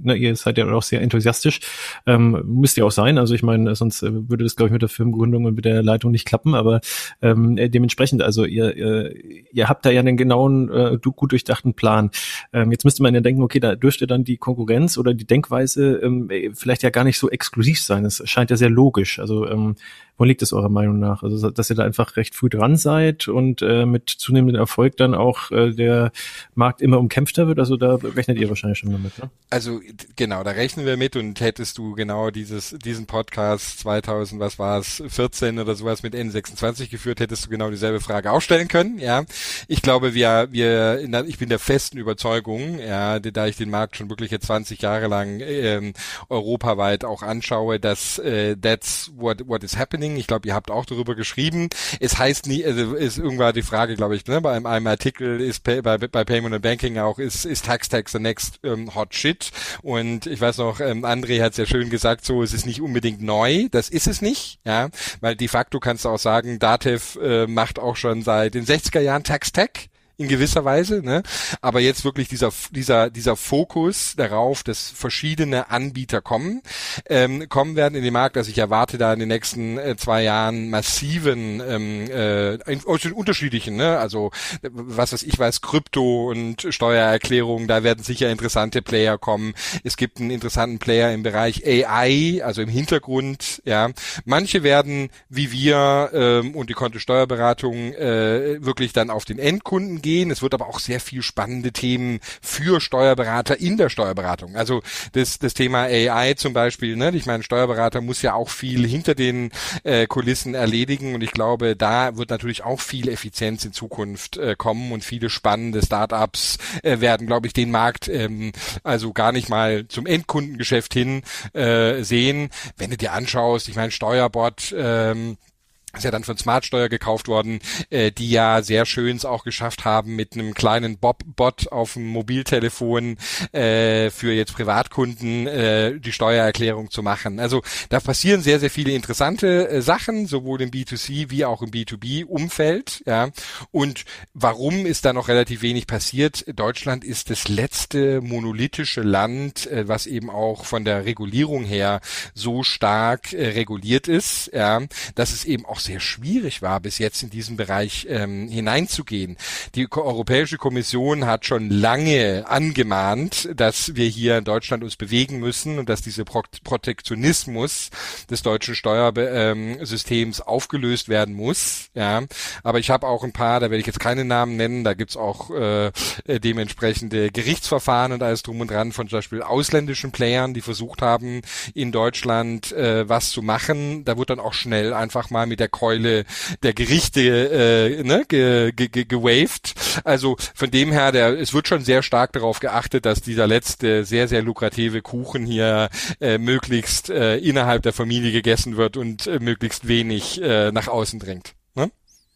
ne, ihr seid ja auch sehr enthusiastisch, ähm, müsst ihr auch sein, also ich meine, sonst äh, würde das, glaube ich, mit der Firmengründung und mit der Leitung nicht klappen, aber ähm, äh, dementsprechend, also ihr, ihr, ihr habt da ja einen genauen, äh, gut durchdachten Plan. Ähm, jetzt müsste man ja denken, okay, da dürfte dann die Konkurrenz oder die Denkweise ähm, vielleicht ja gar nicht so exklusiv sein. Es scheint ja sehr logisch. Also ähm, wo liegt es eurer Meinung nach? Also dass ihr da einfach recht früh dran seid und äh, mit zunehmendem Erfolg dann auch äh, der Markt immer umkämpfter wird? Also da rechnet ihr wahrscheinlich schon damit, ne? Also genau, da rechnen wir mit, und hättest du genau dieses diesen Podcast zweitausend, was war es, vierzehn oder sowas mit N sechsundzwanzig geführt, hättest du genau dieselbe Frage auch stellen können, ja. Ich glaube, wir wir in der, ich bin der festen Überzeugung, ja, da ich den Markt schon wirklich jetzt zwanzig Jahre lang ähm, europaweit auch anschaue, dass äh, that's what what is happening. Ich glaube, ihr habt auch darüber geschrieben. Es heißt nie, also ist irgendwann die Frage, glaube ich, ne, bei einem, einem Artikel ist pay, bei, bei Payment and Banking auch, ist, ist Tax Tax the next ähm, hot shit. Und ich weiß noch, ähm, André hat es ja schön gesagt, so, es ist nicht unbedingt neu. Das ist es nicht, ja, weil de facto kannst du auch sagen, Datev äh, macht auch schon seit den sechziger Jahren Tax Tech. In gewisser Weise, ne? Aber jetzt wirklich dieser dieser dieser Fokus darauf, dass verschiedene Anbieter kommen, ähm, kommen werden in den Markt. Also ich erwarte da in den nächsten äh, zwei Jahren massiven, ähm, äh, aus den unterschiedlichen, ne? Also was weiß ich weiß, Krypto und Steuererklärung, da werden sicher interessante Player kommen. Es gibt einen interessanten Player im Bereich A I, also im Hintergrund, ja. Manche werden wie wir ähm, und die Kontosteuerberatung äh, wirklich dann auf den Endkunden gehen. Es wird aber auch sehr viel spannende Themen für Steuerberater in der Steuerberatung. Also das, das Thema A I zum Beispiel, ne? Ich meine, Steuerberater muss ja auch viel hinter den äh, Kulissen erledigen, und ich glaube, da wird natürlich auch viel Effizienz in Zukunft äh, kommen, und viele spannende Startups äh, werden, glaube ich, den Markt ähm, also gar nicht mal zum Endkundengeschäft hin äh, sehen. Wenn du dir anschaust, ich meine, Steuerbot, ähm, ist ja dann von Smartsteuer gekauft worden, äh, die ja sehr schön es auch geschafft haben, mit einem kleinen Bob-Bot auf dem Mobiltelefon äh, für jetzt Privatkunden äh, die Steuererklärung zu machen. Also da passieren sehr, sehr viele interessante äh, Sachen, sowohl im B zwei C wie auch im B zwei B-Umfeld. Ja. Und warum ist da noch relativ wenig passiert? Deutschland ist das letzte monolithische Land, äh, was eben auch von der Regulierung her so stark äh, reguliert ist, ja, dass es eben auch sehr schwierig war, bis jetzt in diesen Bereich ähm, hineinzugehen. Die Ko- Europäische Kommission hat schon lange angemahnt, dass wir hier in Deutschland uns bewegen müssen und dass dieser Pro- Protektionismus des deutschen Steuersystems ähm, aufgelöst werden muss. Ja, aber ich habe auch ein paar, da werde ich jetzt keine Namen nennen, da gibt's auch äh, dementsprechende Gerichtsverfahren und alles drum und dran von zum Beispiel ausländischen Playern, die versucht haben, in Deutschland äh, was zu machen. Da wird dann auch schnell einfach mal mit der Keule der Gerichte äh, ne, ge, ge, ge, gewaved. Also von dem her, der, es wird schon sehr stark darauf geachtet, dass dieser letzte sehr, sehr lukrative Kuchen hier äh, möglichst äh, innerhalb der Familie gegessen wird und äh, möglichst wenig äh, nach außen dringt. Ne?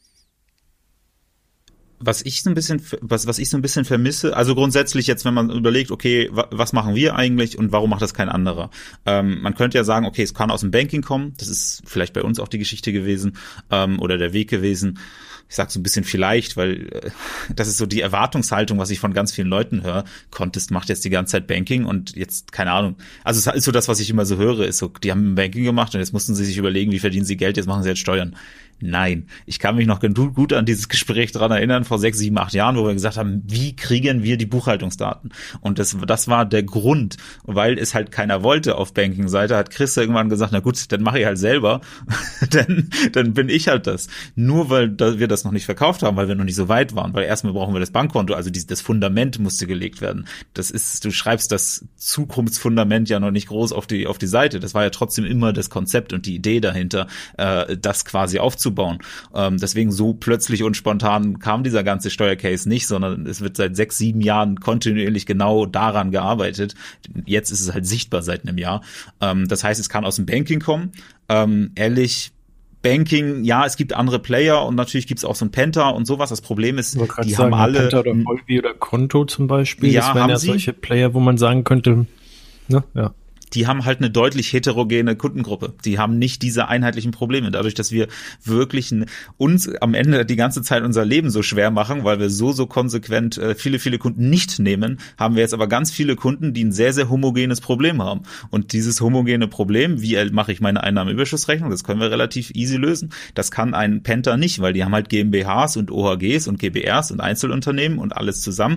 Was ich so ein bisschen, was, was ich so ein bisschen vermisse, also grundsätzlich jetzt, wenn man überlegt, okay, wa, was machen wir eigentlich und warum macht das kein anderer? Ähm, man könnte ja sagen, okay, es kann aus dem Banking kommen, das ist vielleicht bei uns auch die Geschichte gewesen, ähm, oder der Weg gewesen. Ich sag so ein bisschen vielleicht, weil äh, das ist so die Erwartungshaltung, was ich von ganz vielen Leuten höre. Contest macht jetzt die ganze Zeit Banking und jetzt, keine Ahnung. Also es ist so das, was ich immer so höre, ist so, die haben Banking gemacht und jetzt mussten sie sich überlegen, wie verdienen sie Geld, jetzt machen sie jetzt Steuern. Nein, ich kann mich noch gut an dieses Gespräch dran erinnern, vor sechs, sieben, acht Jahren, wo wir gesagt haben, wie kriegen wir die Buchhaltungsdaten? Und das, das war der Grund, weil es halt keiner wollte auf Banking-Seite, hat Chris irgendwann gesagt, na gut, dann mache ich halt selber, dann, dann bin ich halt das. Nur weil wir das noch nicht verkauft haben, weil wir noch nicht so weit waren, weil erstmal brauchen wir das Bankkonto, also die, das Fundament musste gelegt werden. Das ist, du schreibst das Zukunftsfundament ja noch nicht groß auf die, auf die Seite. Das war ja trotzdem immer das Konzept und die Idee dahinter, äh, das quasi aufzubauen. Bauen. Ähm, deswegen so plötzlich und spontan kam dieser ganze Steuercase nicht, sondern es wird seit sechs, sieben Jahren kontinuierlich genau daran gearbeitet. Jetzt ist es halt sichtbar seit einem Jahr. Ähm, das heißt, es kann aus dem Banking kommen. Ähm, ehrlich, Banking, ja, es gibt andere Player und natürlich gibt es auch so ein Penta und sowas. Das Problem ist, die sagen, haben alle... Penta oder Volvi oder Konto zum Beispiel, ja, das wären ja sie? solche Player, wo man sagen könnte, ne, ja. die haben halt eine deutlich heterogene Kundengruppe. Die haben nicht diese einheitlichen Probleme. Dadurch, dass wir wirklich uns am Ende die ganze Zeit unser Leben so schwer machen, weil wir so, so konsequent äh, viele, viele Kunden nicht nehmen, haben wir jetzt aber ganz viele Kunden, die ein sehr, sehr homogenes Problem haben. Und dieses homogene Problem, wie mache ich meine Einnahmenüberschussrechnung, das können wir relativ easy lösen. Das kann ein Penta nicht, weil die haben halt GmbHs und O H Gs und G b Rs und Einzelunternehmen und alles zusammen.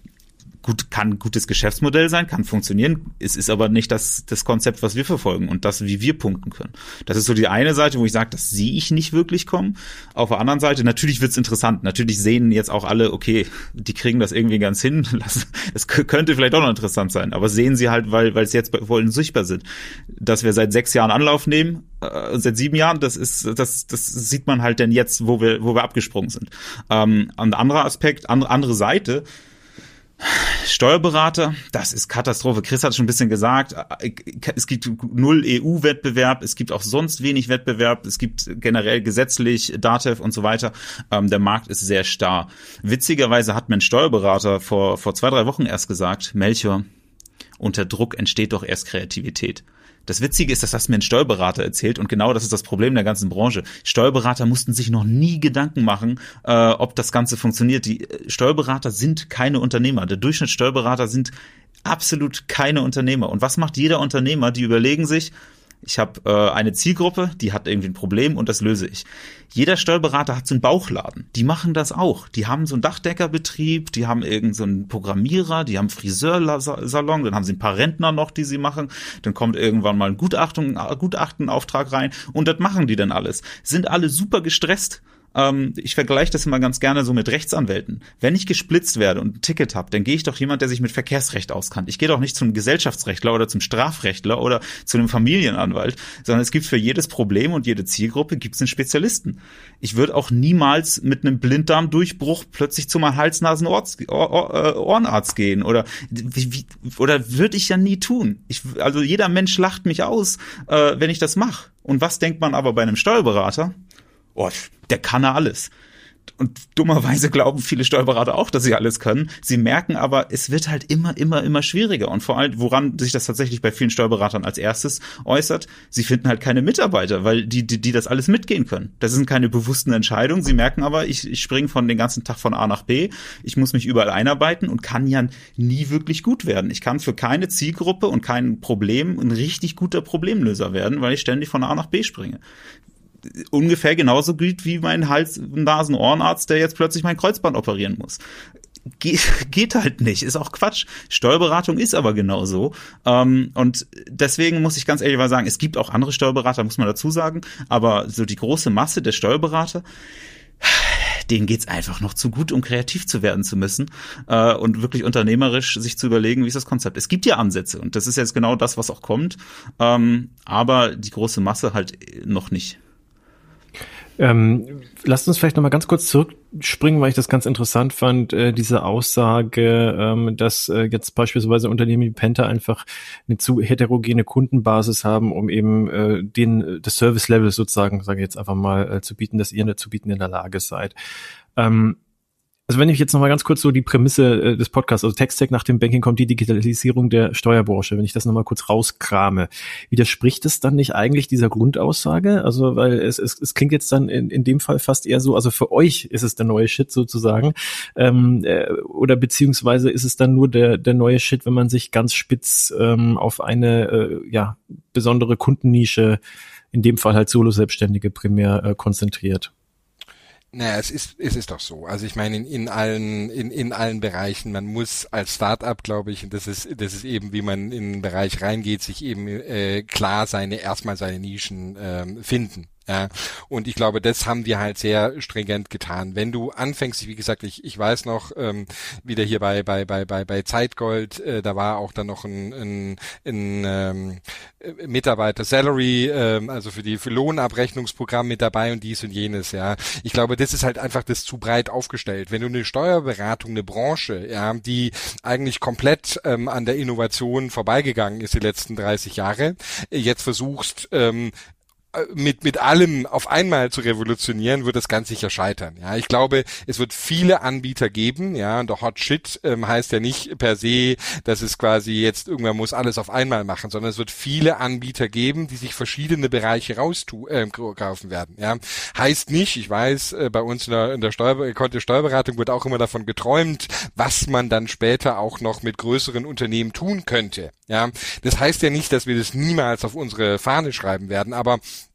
Gut, kann ein gutes Geschäftsmodell sein, kann funktionieren. Es ist aber nicht das, das Konzept, was wir verfolgen und das, wie wir punkten können. Das ist so die eine Seite, wo ich sage, das sehe ich nicht wirklich kommen. Auf der anderen Seite, natürlich wird's interessant. Natürlich sehen jetzt auch alle, okay, die kriegen das irgendwie ganz hin. Es könnte vielleicht auch noch interessant sein, aber sehen sie halt, weil weil es jetzt vor allem sichtbar sind. Dass wir seit sechs Jahren Anlauf nehmen, äh, seit sieben Jahren, das ist, das, das sieht man halt denn jetzt, wo wir, wo wir abgesprungen sind. Ähm, ein anderer Aspekt, andere, andere Seite, Steuerberater, das ist Katastrophe. Chris hat schon ein bisschen gesagt, es gibt null E U-Wettbewerb, es gibt auch sonst wenig Wettbewerb, es gibt generell gesetzlich, DATEV und so weiter. Ähm, der Markt ist sehr starr. Witzigerweise hat mir ein Steuerberater vor, vor zwei, drei Wochen erst gesagt, Melchior, unter Druck entsteht doch erst Kreativität. Das Witzige ist, dass das mir ein Steuerberater erzählt und genau das ist das Problem der ganzen Branche. Steuerberater mussten sich noch nie Gedanken machen, äh, ob das Ganze funktioniert. Die Steuerberater sind keine Unternehmer. Der Durchschnittssteuerberater sind absolut keine Unternehmer. Und was macht jeder Unternehmer? Die überlegen sich, ich habe äh, eine Zielgruppe, die hat irgendwie ein Problem und das löse ich. Jeder Steuerberater hat so einen Bauchladen. Die machen das auch. Die haben so einen Dachdeckerbetrieb, die haben irgend so einen Programmierer, die haben einen Friseursalon, dann haben sie ein paar Rentner noch, die sie machen. Dann kommt irgendwann mal ein Gutachtung, Gutachtenauftrag rein und das machen die dann alles. Sind alle super gestresst. Ähm, ich vergleiche das immer ganz gerne so mit Rechtsanwälten. Wenn ich gesplitzt werde und ein Ticket habe, dann gehe ich doch jemand, der sich mit Verkehrsrecht auskennt. Ich gehe doch nicht zum Gesellschaftsrechtler oder zum Strafrechtler oder zu einem Familienanwalt, sondern es gibt für jedes Problem und jede Zielgruppe gibt es einen Spezialisten. Ich würde auch niemals mit einem Blinddarmdurchbruch plötzlich zu meinem Hals-Nasen-Ohrenarzt gehen oder wie, wie, oder würde ich ja nie tun. Ich, also jeder Mensch lacht mich aus, äh, wenn ich das mache. Und was denkt man aber bei einem Steuerberater? Oh, der kann ja alles. Und dummerweise glauben viele Steuerberater auch, dass sie alles können. Sie merken aber, es wird halt immer, immer, immer schwieriger. Und vor allem, woran sich das tatsächlich bei vielen Steuerberatern als erstes äußert, sie finden halt keine Mitarbeiter, weil die, die, die das alles mitgehen können. Das sind keine bewussten Entscheidungen. Sie merken aber, ich, ich springe von den ganzen Tag von A nach B. Ich muss mich überall einarbeiten und kann ja nie wirklich gut werden. Ich kann für keine Zielgruppe und kein Problem ein richtig guter Problemlöser werden, weil ich ständig von A nach B springe. Ungefähr genauso gut wie mein Hals-Nasen-Ohrenarzt, der jetzt plötzlich mein Kreuzband operieren muss. Geht, geht halt nicht, ist auch Quatsch. Steuerberatung ist aber genauso. Ähm, und deswegen muss ich ganz ehrlich mal sagen, es gibt auch andere Steuerberater, muss man dazu sagen, aber so die große Masse der Steuerberater, denen geht's einfach noch zu gut, um kreativ zu werden zu müssen äh, und wirklich unternehmerisch sich zu überlegen, wie ist das Konzept. Es gibt ja Ansätze und das ist jetzt genau das, was auch kommt, ähm, aber die große Masse halt noch nicht. Ähm, lasst uns vielleicht nochmal ganz kurz zurückspringen, weil ich das ganz interessant fand, äh, diese Aussage, ähm, dass äh, jetzt beispielsweise Unternehmen wie Penta einfach eine zu heterogene Kundenbasis haben, um eben äh, den das Service-Level sozusagen, sage ich jetzt einfach mal, äh, zu bieten, dass ihr zu bieten in der Lage seid. Ähm, Also wenn ich jetzt nochmal ganz kurz so die Prämisse äh, des Podcasts, also TextTech nach dem Banking kommt die Digitalisierung der Steuerbranche, wenn ich das nochmal kurz rauskrame, widerspricht es dann nicht eigentlich dieser Grundaussage? Also weil es, es, es klingt jetzt dann in, in dem Fall fast eher so, also für euch ist es der neue Shit sozusagen, ähm, äh, oder beziehungsweise ist es dann nur der, der neue Shit, wenn man sich ganz spitz ähm, auf eine äh, ja besondere Kundennische, in dem Fall halt Solo-Selbstständige primär äh, konzentriert? Naja, es ist, es ist doch so. Also ich meine, in, in allen, in, in allen Bereichen, man muss als Start-up, glaube ich, und das ist, das ist eben, wie man in den Bereich reingeht, sich eben äh, klar seine, erstmal seine Nischen ähm, finden. Ja, und ich glaube, das haben wir halt sehr stringent getan. Wenn du anfängst, wie gesagt, ich ich weiß noch, ähm, wieder hier bei bei bei bei bei Zeitgold, äh, da war auch dann noch ein ein, ein ähm, Mitarbeiter Salary, ähm, also für die für Lohnabrechnungsprogramm mit dabei und dies und jenes. Ja, ich glaube, das ist halt einfach das zu breit aufgestellt. Wenn du eine Steuerberatung, eine Branche, ja, die eigentlich komplett ähm, an der Innovation vorbeigegangen ist die letzten dreißig Jahre, jetzt versuchst ähm, mit mit allem auf einmal zu revolutionieren, wird das ganz sicher scheitern. Ja, ich glaube, es wird viele Anbieter geben. Ja, und der Hot Shit ähm, heißt ja nicht per se, dass es quasi jetzt irgendwer muss alles auf einmal machen, sondern es wird viele Anbieter geben, die sich verschiedene Bereiche rauskaufen äh, werden. Ja, heißt nicht, ich weiß, äh, bei uns in der, in der Steuer, Konte Steuerberatung wird auch immer davon geträumt, was man dann später auch noch mit größeren Unternehmen tun könnte. Ja, das heißt ja nicht, dass wir das niemals auf unsere Fahne schreiben werden, aber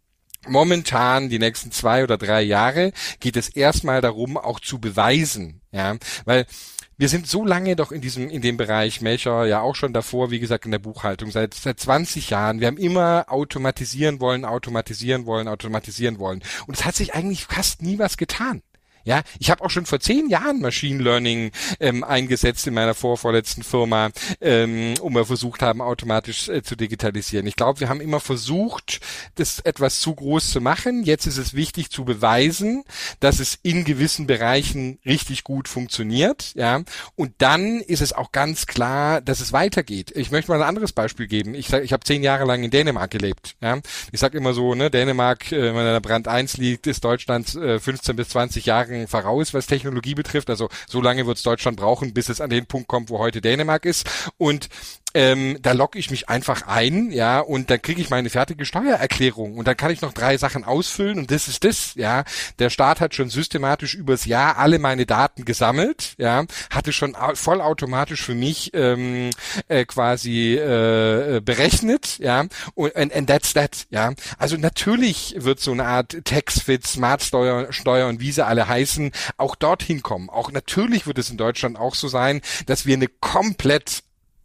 momentan, die nächsten zwei oder drei Jahre, geht es erstmal darum, auch zu beweisen, ja, weil wir sind so lange doch in diesem, in dem Bereich, Melcher ja auch schon davor, wie gesagt, in der Buchhaltung, seit, seit zwanzig Jahren. Wir haben immer automatisieren wollen, automatisieren wollen, automatisieren wollen. Und es hat sich eigentlich fast nie was getan. Ja, ich habe auch schon vor zehn Jahren Machine Learning ähm, eingesetzt in meiner vorvorletzten Firma, ähm, um wir versucht haben, automatisch äh, zu digitalisieren. Ich glaube, wir haben immer versucht, das etwas zu groß zu machen. Jetzt ist es wichtig zu beweisen, dass es in gewissen Bereichen richtig gut funktioniert. Ja, und dann ist es auch ganz klar, dass es weitergeht. Ich möchte mal ein anderes Beispiel geben. Ich sag, ich habe zehn Jahre lang in Dänemark gelebt. Ja, ich sage immer so, ne, Dänemark, äh, wenn man in der Brand eins liegt, ist Deutschland äh, fünfzehn bis zwanzig Jahre voraus, was Technologie betrifft. Also so lange wird es Deutschland brauchen, bis es an den Punkt kommt, wo heute Dänemark ist. Und ähm, da logge ich mich einfach ein, ja, und dann kriege ich meine fertige Steuererklärung und dann kann ich noch drei Sachen ausfüllen und das ist das, ja. Der Staat hat schon systematisch übers Jahr alle meine Daten gesammelt, ja, hatte schon vollautomatisch für mich ähm, äh, quasi äh, berechnet, ja, und and, and that's that, ja. Also natürlich wird so eine Art Taxfit, Smartsteuer, Steuer und wie sie alle heißen, auch dorthin kommen. Auch natürlich wird es in Deutschland auch so sein, dass wir eine komplett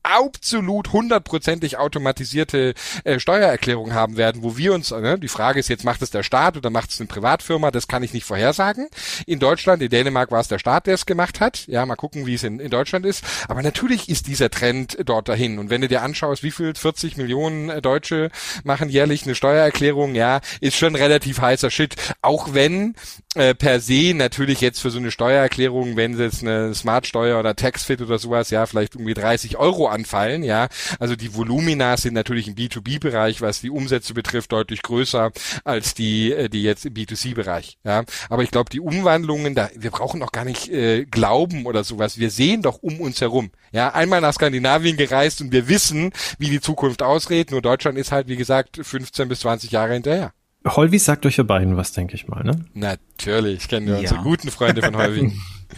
absolut hundertprozentig automatisierte äh, Steuererklärung haben werden, wo wir uns, ne, die Frage ist jetzt, macht es der Staat oder macht es eine Privatfirma, das kann ich nicht vorhersagen. In Deutschland, in Dänemark war es der Staat, der es gemacht hat. Ja, mal gucken, wie es in, in Deutschland ist. Aber natürlich ist dieser Trend dort dahin. Und wenn du dir anschaust, wie viel vierzig Millionen Deutsche machen jährlich eine Steuererklärung, ja, ist schon relativ heißer Shit. Auch wenn äh, per se natürlich jetzt für so eine Steuererklärung, wenn sie jetzt eine Smartsteuer oder Taxfit oder sowas, ja, vielleicht irgendwie dreißig Euro anfallen, ja. Also die Volumina sind natürlich im B zwei B Bereich, was die Umsätze betrifft, deutlich größer als die, die jetzt im B zwei C Bereich, ja. Aber ich glaube, die Umwandlungen, da, wir brauchen auch gar nicht äh, glauben oder sowas. Wir sehen doch um uns herum, ja. Einmal nach Skandinavien gereist und wir wissen, wie die Zukunft ausredet. Nur Deutschland ist halt, wie gesagt, fünfzehn bis zwanzig Jahre hinterher. Holvis sagt euch ja beiden was, denke ich mal, ne? Natürlich, kennen wir ja. Unsere guten Freunde von Holvis.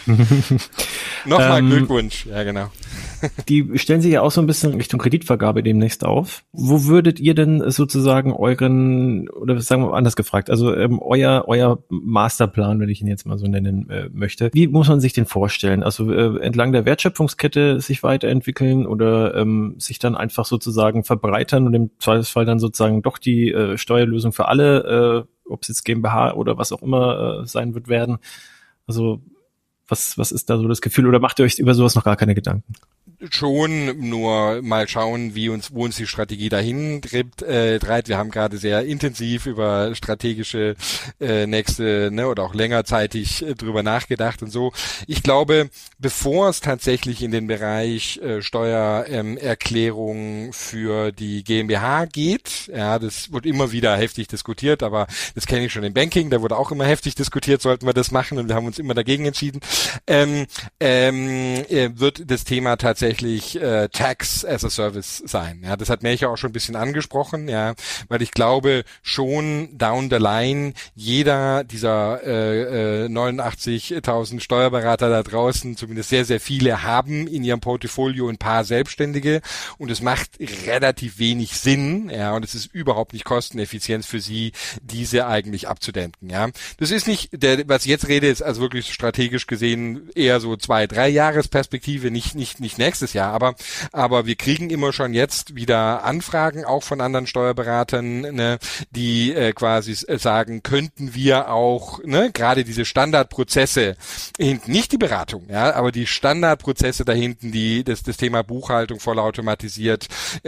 Nochmal ähm, Glückwunsch, ja genau. Die stellen sich ja auch so ein bisschen Richtung Kreditvergabe demnächst auf. Wo würdet ihr denn sozusagen euren, oder sagen wir mal anders gefragt, also ähm, euer euer Masterplan, wenn ich ihn jetzt mal so nennen äh, möchte, wie muss man sich den vorstellen? Also äh, entlang der Wertschöpfungskette sich weiterentwickeln oder ähm, sich dann einfach sozusagen verbreitern und im Zweifelsfall dann sozusagen doch die äh, Steuerlösung für alle, äh, ob es jetzt GmbH oder was auch immer äh, sein wird, werden? Also Was, was ist da so das Gefühl oder macht ihr euch über sowas noch gar keine Gedanken? Schon, nur mal schauen, wie uns, wo uns die Strategie dahin treibt. Äh, treibt. Wir haben gerade sehr intensiv über strategische äh, nächste, ne, oder auch längerzeitig äh, drüber nachgedacht und so. Ich glaube, bevor es tatsächlich in den Bereich äh, Steuererklärung ähm, für die GmbH geht, ja, das wird immer wieder heftig diskutiert, aber das kenne ich schon im Banking, da wurde auch immer heftig diskutiert, sollten wir das machen und wir haben uns immer dagegen entschieden. Ähm, ähm, wird das Thema tatsächlich äh, Tax as a Service sein. Ja, das hat Melcher auch schon ein bisschen angesprochen, ja, weil ich glaube schon down the line jeder dieser äh, äh, neunundachtzigtausend Steuerberater da draußen, zumindest sehr, sehr viele, haben in ihrem Portfolio ein paar Selbstständige und es macht relativ wenig Sinn, ja, und es ist überhaupt nicht kosteneffizient für sie, diese eigentlich abzudenken, ja. Das ist nicht, der, was ich jetzt rede, ist also wirklich strategisch gesehen eher so zwei, drei Jahresperspektive, nicht, nicht, nicht nächstes Jahr, aber, aber wir kriegen immer schon jetzt wieder Anfragen auch von anderen Steuerberatern, ne, die äh, quasi sagen, könnten wir auch, ne, gerade diese Standardprozesse hinten, nicht die Beratung, ja, aber die Standardprozesse da hinten, die, das, das Thema Buchhaltung vollautomatisiert,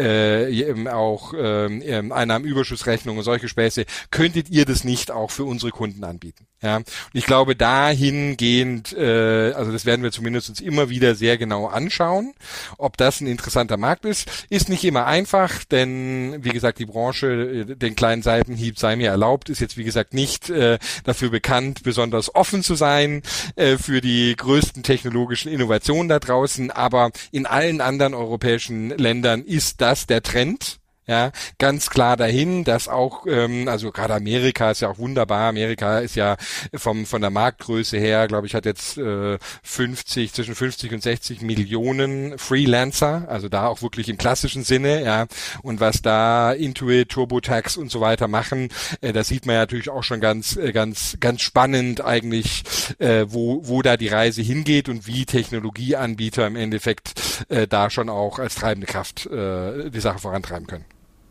äh, auch äh, Einnahmenüberschussrechnung und solche Späße, könntet ihr das nicht auch für unsere Kunden anbieten, ja. Und ich glaube, dahingehend, äh, also das werden wir zumindest uns immer wieder sehr genau anschauen. Ob das ein interessanter Markt ist, ist nicht immer einfach, denn wie gesagt, die Branche, den kleinen Seitenhieb sei mir erlaubt, ist jetzt wie gesagt nicht äh, dafür bekannt, besonders offen zu sein äh, für die größten technologischen Innovationen da draußen, aber in allen anderen europäischen Ländern ist das der Trend. Ja, ganz klar dahin, dass auch, ähm, also gerade Amerika ist ja auch wunderbar. Amerika ist ja vom von der Marktgröße her, glaube ich, hat jetzt äh, fünfzig zwischen fünfzig und sechzig Millionen Freelancer, also da auch wirklich im klassischen Sinne, ja. Und was da Intuit, TurboTax und so weiter machen, äh, das sieht man ja natürlich auch schon ganz, äh, ganz, ganz spannend eigentlich, äh, wo wo da die Reise hingeht und wie Technologieanbieter im Endeffekt äh, da schon auch als treibende Kraft äh, die Sache vorantreiben können.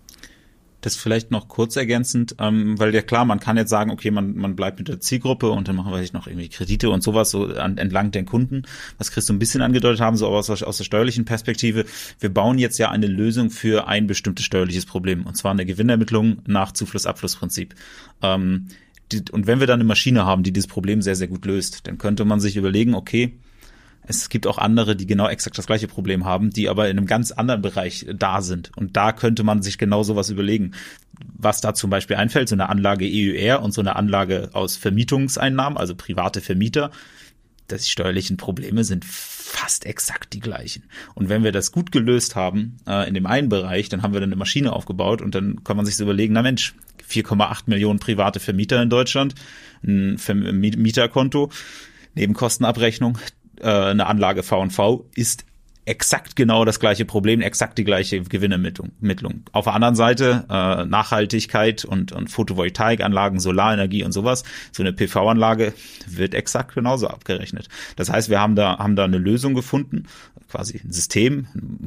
Das vielleicht noch kurz ergänzend, ähm, weil ja klar, man kann jetzt sagen, okay, man man bleibt mit der Zielgruppe und dann machen wir noch irgendwie Kredite und sowas so an, entlang den Kunden, was Chris so ein bisschen angedeutet haben, so aus, aus der steuerlichen Perspektive. Wir bauen jetzt ja eine Lösung für ein bestimmtes steuerliches Problem, und zwar eine Gewinnermittlung nach Zufluss-Abfluss-Prinzip. Ähm, die, und wenn wir dann eine Maschine haben, die dieses Problem sehr, sehr gut löst, dann könnte man sich überlegen, okay, es gibt auch andere, die genau exakt das gleiche Problem haben, die aber in einem ganz anderen Bereich da sind. Und da könnte man sich genau sowas überlegen. Was da zum Beispiel einfällt, so eine Anlage E U R und so eine Anlage aus Vermietungseinnahmen, also private Vermieter, dass die steuerlichen Probleme sind fast exakt die gleichen. Und wenn wir das gut gelöst haben äh, in dem einen Bereich, dann haben wir dann eine Maschine aufgebaut und dann kann man sich so überlegen, na Mensch, vier Komma acht Millionen private Vermieter in Deutschland, ein Mieterkonto, Nebenkostenabrechnung, eine Anlage V und V ist exakt genau das gleiche Problem, exakt die gleiche Gewinnermittlung. Auf der anderen Seite äh, Nachhaltigkeit und, und Photovoltaikanlagen, Solarenergie und sowas. So eine P V-Anlage wird exakt genauso abgerechnet. Das heißt, wir haben da haben da eine Lösung gefunden, quasi ein System,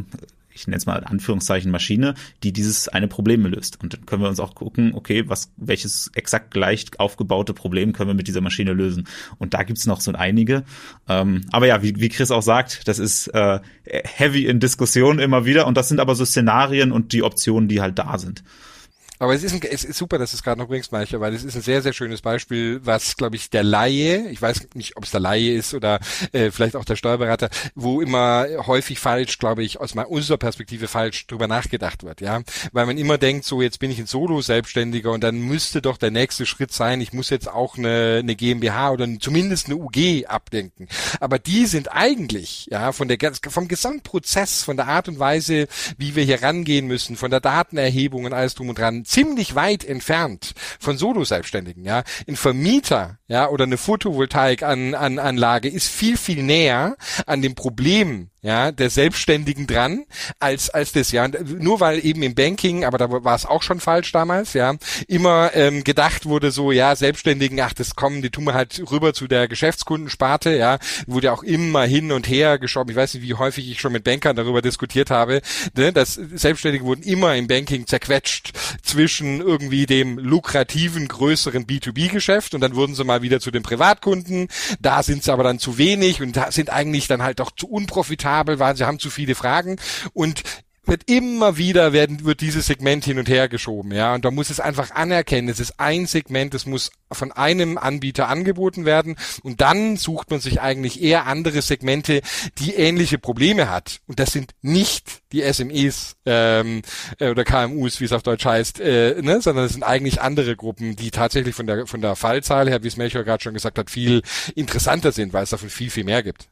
ich nenne es mal in Anführungszeichen Maschine, die dieses eine Problem löst. Und dann können wir uns auch gucken, okay, was welches exakt gleich aufgebaute Problem können wir mit dieser Maschine lösen. Und da gibt's noch so einige. Ähm, aber ja, wie, wie Chris auch sagt, das ist äh, heavy in Diskussion immer wieder. Und das sind aber so Szenarien und die Optionen, die halt da sind. Aber es ist, ein, es ist super, dass du es gerade noch bringst, Meicher, weil es ist ein sehr, sehr schönes Beispiel, was, glaube ich, der Laie, ich weiß nicht, ob es der Laie ist oder äh, vielleicht auch der Steuerberater, wo immer häufig falsch, glaube ich, aus unserer Perspektive falsch drüber nachgedacht wird, ja, weil man immer denkt, so jetzt bin ich ein Solo-Selbstständiger und dann müsste doch der nächste Schritt sein, ich muss jetzt auch eine, eine GmbH oder zumindest eine U G abdenken. Aber die sind eigentlich, ja, von der vom Gesamtprozess, von der Art und Weise, wie wir hier rangehen müssen, von der Datenerhebung und alles drum und dran, ziemlich weit entfernt von Solo-Selbstständigen, ja. Ein Vermieter, ja, oder eine Photovoltaikanlage ist viel, viel näher an dem Problem, ja, der Selbstständigen dran, als, als das, ja. Nur weil eben im Banking, aber da war es auch schon falsch damals, ja, immer ähm, gedacht wurde so, ja, Selbstständigen, ach, das kommen, die tun wir halt rüber zu der Geschäftskundensparte, ja, wurde auch immer hin und her geschoben. Ich weiß nicht, wie häufig ich schon mit Bankern darüber diskutiert habe, ne, dass Selbstständige wurden immer im Banking zerquetscht zwischen irgendwie dem lukrativen, größeren B zwei B-Geschäft und dann wurden sie mal wieder zu den Privatkunden. Da sind sie aber dann zu wenig und da sind eigentlich dann halt doch zu unprofitabel, weil sie haben zu viele Fragen und wird immer wieder werden, wird dieses Segment hin und her geschoben, ja. Und da muss es einfach anerkennen, es ist ein Segment, es muss von einem Anbieter angeboten werden und dann sucht man sich eigentlich eher andere Segmente, die ähnliche Probleme hat. Und das sind nicht die S M Es ähm, oder K M Us, wie es auf Deutsch heißt, äh, ne, sondern es sind eigentlich andere Gruppen, die tatsächlich von der von der Fallzahl her, wie es Melchior gerade schon gesagt hat, viel interessanter sind, weil es davon viel, viel mehr gibt.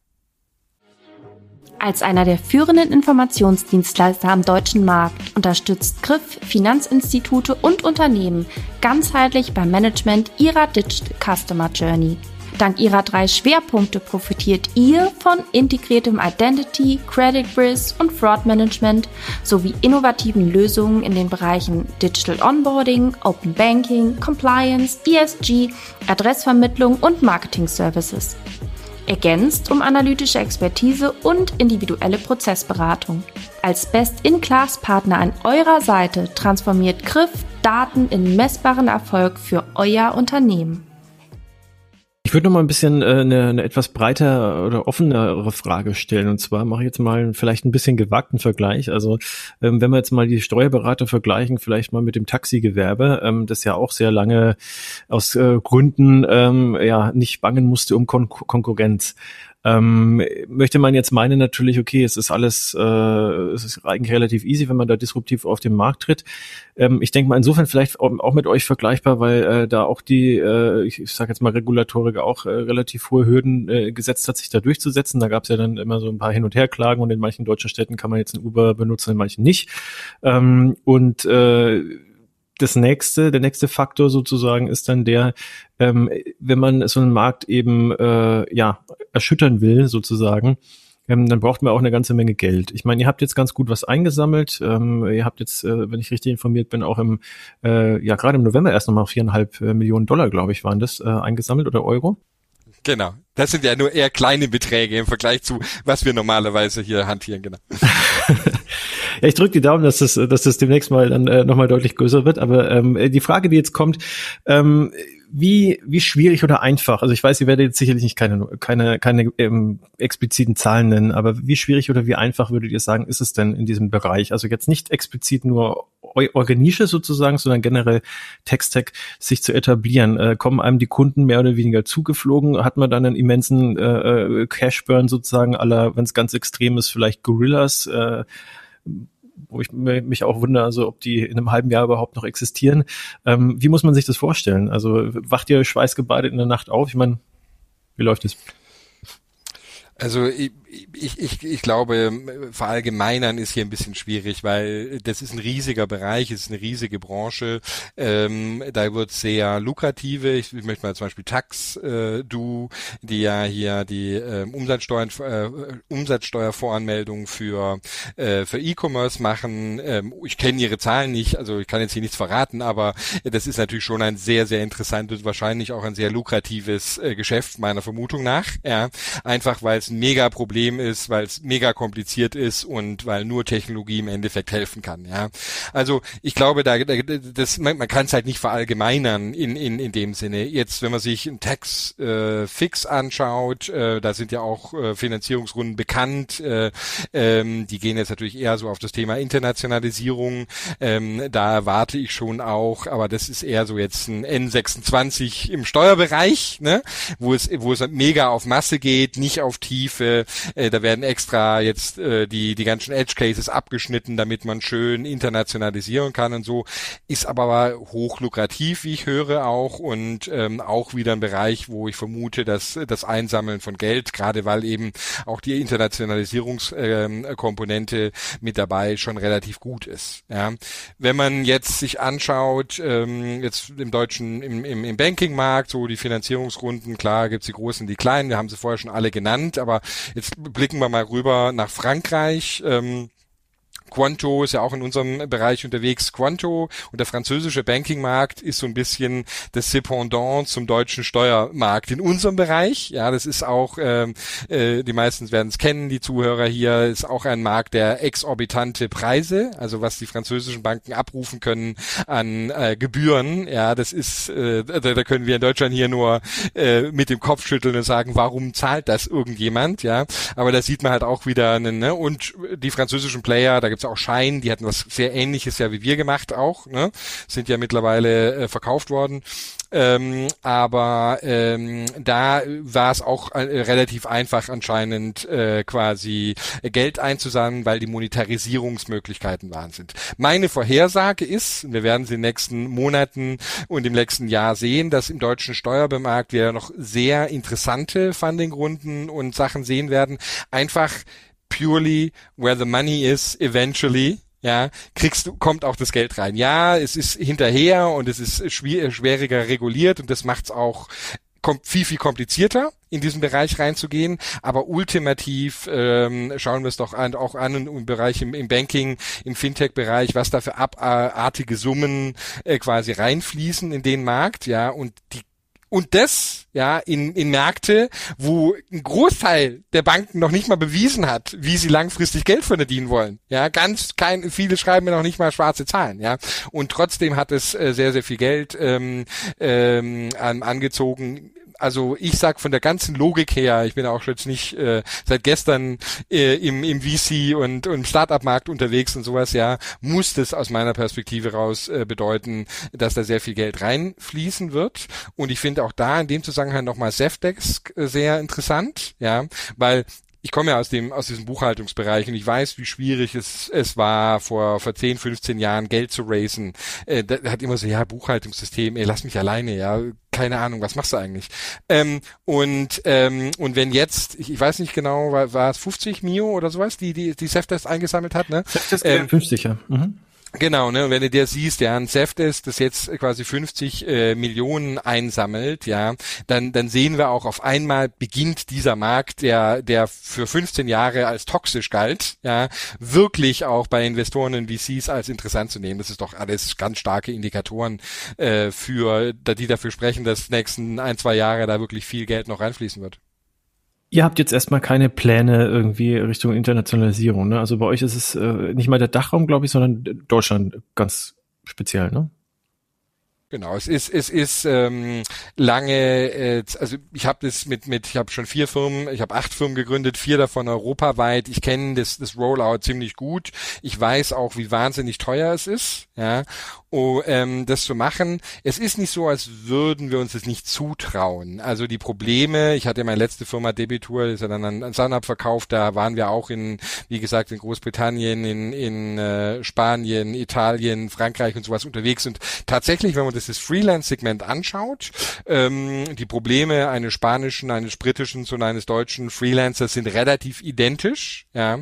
Als einer der führenden Informationsdienstleister am deutschen Markt unterstützt Griff Finanzinstitute und Unternehmen ganzheitlich beim Management ihrer Digital Customer Journey. Dank ihrer drei Schwerpunkte profitiert ihr von integriertem Identity, Credit Risk und Fraud Management sowie innovativen Lösungen in den Bereichen Digital Onboarding, Open Banking, Compliance, E S G, Adressvermittlung und Marketing Services. Ergänzt um analytische Expertise und individuelle Prozessberatung. Als Best-in-Class-Partner an eurer Seite transformiert Griff Daten in messbaren Erfolg für euer Unternehmen. Ich würde noch mal ein bisschen äh, eine, eine etwas breiter oder offenere Frage stellen. Und zwar mache ich jetzt mal vielleicht ein bisschen gewagten Vergleich. Also ähm, wenn wir jetzt mal die Steuerberater vergleichen, vielleicht mal mit dem Taxigewerbe, ähm, das ja auch sehr lange aus äh, Gründen ähm, ja nicht bangen musste um Kon- Konkurrenz. Ähm, möchte man jetzt meinen natürlich, okay, es ist alles, äh, es ist eigentlich relativ easy, wenn man da disruptiv auf den Markt tritt. Ähm, ich denke mal insofern vielleicht auch, auch mit euch vergleichbar, weil äh, da auch die, äh, ich, ich sage jetzt mal Regulatorik auch äh, relativ hohe Hürden äh, gesetzt hat, sich da durchzusetzen. Da gab es ja dann immer so ein paar Hin- und Herklagen und in manchen deutschen Städten kann man jetzt ein Uber benutzen, in manchen nicht. Ähm, und äh, das nächste, der nächste Faktor sozusagen ist dann der, ähm, wenn man so einen Markt eben äh, ja erschüttern will sozusagen, ähm, dann braucht man auch eine ganze Menge Geld. Ich meine, ihr habt jetzt ganz gut was eingesammelt. Ähm, ihr habt jetzt, äh, wenn ich richtig informiert bin, auch im äh, ja gerade im November erst nochmal viereinhalb äh, Millionen Dollar, glaube ich, waren das äh, eingesammelt oder Euro. Genau. Das sind ja nur eher kleine Beträge im Vergleich zu, was wir normalerweise hier hantieren, genau. Ja, ich drücke die Daumen, dass das, dass das demnächst mal dann äh, nochmal deutlich größer wird. Aber ähm, die Frage, die jetzt kommt, ähm, wie wie schwierig oder einfach? Also ich weiß, ihr werdet jetzt sicherlich nicht keine keine keine ähm, expliziten Zahlen nennen, aber wie schwierig oder wie einfach würdet ihr sagen, ist es denn in diesem Bereich? Also jetzt nicht explizit nur eure Nische sozusagen, sondern generell Text-Tech sich zu etablieren. Äh, kommen einem die Kunden mehr oder weniger zugeflogen? Hat man dann einen immensen äh, Cash-Burn sozusagen, aller, wenn es ganz extrem ist, vielleicht Gorillas? Äh, wo ich mich auch wundere, also ob die in einem halben Jahr überhaupt noch existieren. Ähm, wie muss man sich das vorstellen? Also wacht ihr schweißgebadet in der Nacht auf? Ich meine, wie läuft es? Also ich, ich, ich, ich glaube, verallgemeinern ist hier ein bisschen schwierig, weil das ist ein riesiger Bereich, es ist eine riesige Branche. Ähm, da wird sehr lukrative, ich, ich möchte mal zum Beispiel Tax, äh, du, die ja hier die äh, Umsatzsteuern, äh, Umsatzsteuervoranmeldung für äh, für E-Commerce machen. Ähm, ich kenne ihre Zahlen nicht, also ich kann jetzt hier nichts verraten, aber das ist natürlich schon ein sehr, sehr interessantes, wahrscheinlich auch ein sehr lukratives äh, Geschäft meiner Vermutung nach. Ja, einfach weil es ein mega Problem ist, weil es mega kompliziert ist und weil nur Technologie im Endeffekt helfen kann. Ja, also ich glaube, da, das, man, man kann es halt nicht verallgemeinern in in in dem Sinne. Jetzt, wenn man sich einen Tax äh, Fix anschaut, äh, da sind ja auch äh, Finanzierungsrunden bekannt. Äh, ähm, die gehen jetzt natürlich eher so auf das Thema Internationalisierung. Ähm, da erwarte ich schon auch, aber das ist eher so jetzt ein N sechsundzwanzig im Steuerbereich, ne, wo es wo es mega auf Masse geht, nicht auf Tiefe, äh, da werden extra jetzt äh, die die ganzen Edge Cases abgeschnitten, damit man schön internationalisieren kann und so, ist aber hoch lukrativ, wie ich höre auch, und ähm, auch wieder ein Bereich, wo ich vermute, dass das Einsammeln von Geld, gerade weil eben auch die Internationalisierungskomponente ähm, mit dabei schon relativ gut ist. Ja, wenn man jetzt sich anschaut, ähm, jetzt im deutschen im, im, im Banking-Markt, so die Finanzierungsrunden, klar gibt's die großen, die kleinen, wir haben sie vorher schon alle genannt, aber jetzt blicken wir mal rüber nach Frankreich. Ähm, Quanto ist ja auch in unserem Bereich unterwegs. Quanto und der französische Bankingmarkt ist so ein bisschen das Sependant zum deutschen Steuermarkt in unserem Bereich. Ja, das ist auch, ähm, äh, die meisten werden es kennen, die Zuhörer hier, ist auch ein Markt der exorbitante Preise, also was die französischen Banken abrufen können an äh, Gebühren. Ja, das ist, äh, da, da können wir in Deutschland hier nur äh, mit dem Kopf schütteln und sagen, warum zahlt das irgendjemand? Ja, aber da sieht man halt auch wieder einen, ne? Und die französischen Player, da gibt's auch Schein, die hatten was sehr Ähnliches ja wie wir gemacht auch, ne? Sind ja mittlerweile äh, verkauft worden. Ähm, aber ähm, da war es auch äh, relativ einfach anscheinend äh, quasi Geld einzusammeln, weil die Monetarisierungsmöglichkeiten waren sind. Meine Vorhersage ist, wir werden sie in den nächsten Monaten und im nächsten Jahr sehen, dass im deutschen Steuermarkt wir noch sehr interessante Fundingrunden und Sachen sehen werden. Einfach purely where the money is eventually, ja, kriegst du, kommt auch das Geld rein. Ja, es ist hinterher und es ist schwer, schwieriger reguliert und das macht's auch kommt viel, viel komplizierter, in diesen Bereich reinzugehen, aber ultimativ ähm, schauen wir es doch an, auch an im Bereich im, im Banking, im Fintech-Bereich, was da für abartige Summen äh, quasi reinfließen in den Markt, ja, und die Und das, ja, in, in Märkte, wo ein Großteil der Banken noch nicht mal bewiesen hat, wie sie langfristig Geld verdienen wollen. Ja, ganz kein, viele schreiben mir noch nicht mal schwarze Zahlen, ja. Und trotzdem hat es äh, sehr, sehr viel Geld ähm, ähm, angezogen. also ich sag von der ganzen Logik her, ich bin auch jetzt nicht äh, seit gestern äh, im, im V C und, und im Startup-Markt unterwegs und sowas, ja, muss das aus meiner Perspektive raus äh, bedeuten, dass da sehr viel Geld reinfließen wird. Und ich finde auch da in dem Zusammenhang nochmal Zefdesk äh, sehr interessant, ja, weil ich komme ja aus dem, aus diesem Buchhaltungsbereich und ich weiß, wie schwierig es, es war, vor, vor zehn, fünfzehn Jahren Geld zu raisen. Äh, da hat immer so, ja, Buchhaltungssystem, ey, lass mich alleine, ja, keine Ahnung, was machst du eigentlich? Ähm, und, ähm, und wenn jetzt, ich, ich weiß nicht genau, war, war es fünfzig Mio oder sowas, die, die, die Zefdesk eingesammelt hat, ne? Zefdesk ähm, fünfzig, ja. Mhm. Genau, ne, und wenn du dir siehst, ja, ein Zefdesk, das jetzt quasi fünfzig äh, Millionen einsammelt, ja, dann dann sehen wir auch auf einmal beginnt dieser Markt, der der für fünfzehn Jahre als toxisch galt, ja, wirklich auch bei Investoren und V Cs als interessant zu nehmen. Das ist doch alles ganz starke Indikatoren äh, für, die dafür sprechen, dass nächsten ein, zwei Jahre da wirklich viel Geld noch reinfließen wird. Ihr habt jetzt erstmal keine Pläne irgendwie Richtung Internationalisierung, ne? Also bei euch ist es äh, nicht mal der Dachraum, glaube ich, sondern Deutschland ganz speziell, ne? Genau, es ist es ist ähm, lange, äh, also ich habe das mit mit, ich habe schon vier Firmen, ich habe acht Firmen gegründet, vier davon europaweit. Ich kenne das das Rollout ziemlich gut. Ich weiß auch, wie wahnsinnig teuer es ist, ja, oh, ähm, das zu machen. Es ist nicht so, als würden wir uns das nicht zutrauen. Also die Probleme, ich hatte meine letzte Firma Debitur, das ist ja dann an, an Sunhub verkauft, da waren wir auch in, wie gesagt, in Großbritannien, in in äh, Spanien, Italien, Frankreich und sowas unterwegs. Und tatsächlich, wenn man das das Freelance-Segment anschaut, ähm, die Probleme eines spanischen, eines britischen und eines deutschen Freelancers sind relativ identisch, ja,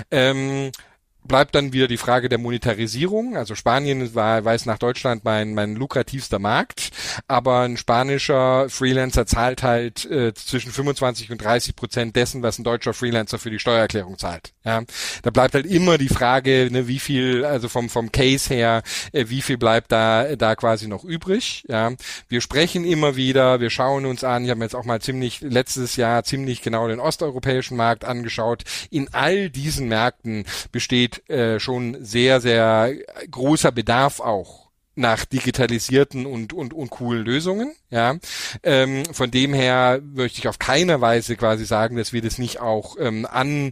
ähm, bleibt dann wieder die Frage der Monetarisierung. Also Spanien war, weiß nach Deutschland mein mein lukrativster Markt, aber ein spanischer Freelancer zahlt halt äh, zwischen fünfundzwanzig und dreißig Prozent dessen, was ein deutscher Freelancer für die Steuererklärung zahlt. Ja, da bleibt halt immer die Frage, ne, wie viel, also vom vom Case her, äh, wie viel bleibt da da quasi noch übrig. Ja, wir sprechen immer wieder, wir schauen uns an. Ich habe mir jetzt auch mal ziemlich letztes Jahr ziemlich genau den osteuropäischen Markt angeschaut. In all diesen Märkten besteht Äh, schon sehr, sehr großer Bedarf auch nach digitalisierten und und und coolen Lösungen, ja. Ähm, von dem her möchte ich auf keiner Weise quasi sagen, dass wir das nicht auch ähm,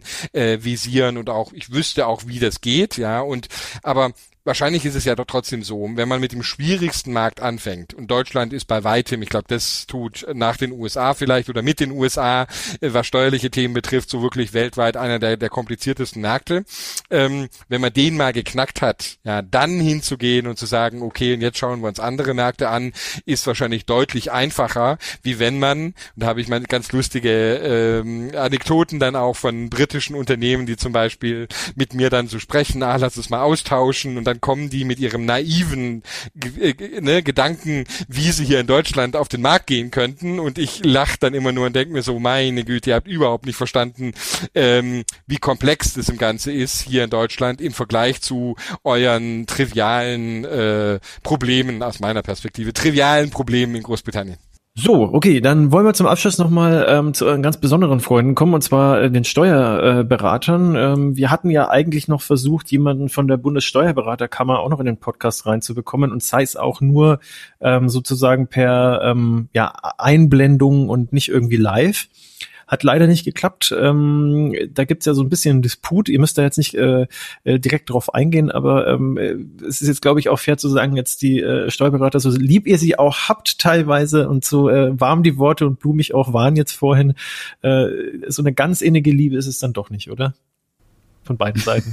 anvisieren und auch, ich wüsste auch, wie das geht, ja. Und aber wahrscheinlich ist es ja doch trotzdem so, wenn man mit dem schwierigsten Markt anfängt, und Deutschland ist bei weitem, ich glaube, das tut nach den U S A vielleicht oder mit den U S A, was steuerliche Themen betrifft, so wirklich weltweit einer der, der kompliziertesten Märkte. Ähm, wenn man den mal geknackt hat, ja, dann hinzugehen und zu sagen, okay, und jetzt schauen wir uns andere Märkte an, ist wahrscheinlich deutlich einfacher, wie wenn man, und da habe ich mal ganz lustige ähm, Anekdoten dann auch von britischen Unternehmen, die zum Beispiel mit mir dann so sprechen, ah, lass uns mal austauschen, und dann kommen die mit ihrem naiven äh, ne, Gedanken, wie sie hier in Deutschland auf den Markt gehen könnten, und ich lache dann immer nur und denke mir so, meine Güte, ihr habt überhaupt nicht verstanden, ähm, wie komplex das im Ganze ist hier in Deutschland im Vergleich zu euren trivialen äh, Problemen, aus meiner Perspektive, trivialen Problemen in Großbritannien. So, okay, dann wollen wir zum Abschluss nochmal ähm, zu euren ganz besonderen Freunden kommen, und zwar äh, den Steuerberatern. Ähm, wir hatten ja eigentlich noch versucht, jemanden von der Bundessteuerberaterkammer auch noch in den Podcast reinzubekommen, und sei es auch nur ähm, sozusagen per ähm, ja, Einblendung und nicht irgendwie live. Hat leider nicht geklappt. Ähm, da gibt's ja so ein bisschen Disput. Ihr müsst da jetzt nicht äh, direkt drauf eingehen, aber ähm, es ist jetzt, glaube ich, auch fair zu sagen, jetzt die äh, Steuerberater, so lieb ihr sie auch habt teilweise und so äh, warm die Worte und blumig auch waren jetzt vorhin, äh, so eine ganz innige Liebe ist es dann doch nicht, oder? Von beiden Seiten.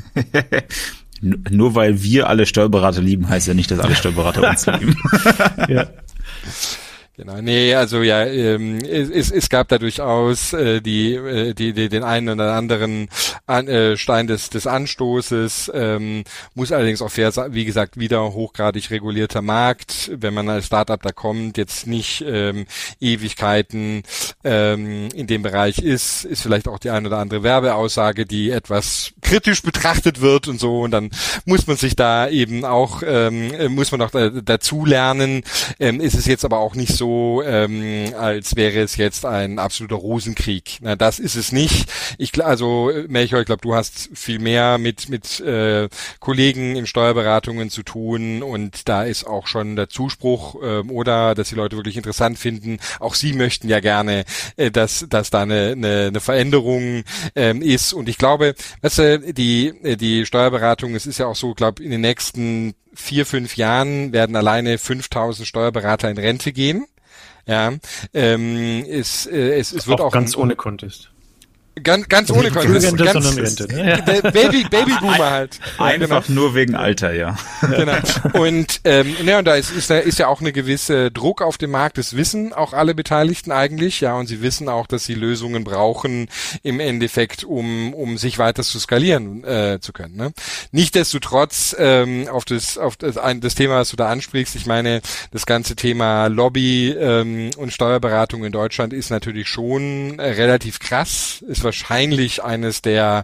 Nur weil wir alle Steuerberater lieben, heißt ja nicht, dass alle Steuerberater uns lieben. Ja. Genau, nee, also ja, ähm, es, es gab da durchaus äh, die, äh, die, die, den einen oder anderen an, äh, Stein des, des Anstoßes, ähm, muss allerdings auch fair sein, wie gesagt, wieder hochgradig regulierter Markt, wenn man als Startup da kommt, jetzt nicht ähm, Ewigkeiten ähm, in dem Bereich ist, ist vielleicht auch die eine oder andere Werbeaussage, die etwas kritisch betrachtet wird und so, und dann muss man sich da eben auch, ähm, muss man auch da, dazu lernen, ähm, ist es jetzt aber auch nicht so, so, ähm, als wäre es jetzt ein absoluter Rosenkrieg. Na, das ist es nicht. Ich, also Melchior, ich glaube, du hast viel mehr mit mit äh, Kollegen in Steuerberatungen zu tun und da ist auch schon der Zuspruch äh, oder dass die Leute wirklich interessant finden. Auch sie möchten ja gerne, äh, dass dass da eine eine, eine Veränderung ähm, ist und ich glaube, weißt du, die die Steuerberatung, es ist ja auch so, ich glaube, in den nächsten vier, fünf Jahren werden alleine fünftausend Steuerberater in Rente gehen. Ja, ähm, es, äh, es, es wird auch, auch ganz ein, ohne Contest. Ganz, ganz ohne Contest. Rente, ganz, sondern Rente, ne? ja. Baby, Babyboomer halt. Einfach genau. nur wegen Alter, ja. Genau. Und, ähm, ne, und da ist, ist, da ist ja auch eine gewisse Druck auf dem Markt. Das wissen auch alle Beteiligten eigentlich, ja, und sie wissen auch, dass sie Lösungen brauchen im Endeffekt, um, um sich weiter zu skalieren äh, zu können. Ne? Nichtsdestotrotz ähm, auf das, auf das, ein, das Thema, was du da ansprichst. Ich meine, das ganze Thema Lobby ähm, und Steuerberatung in Deutschland ist natürlich schon äh, relativ krass. Ist wahrscheinlich eines der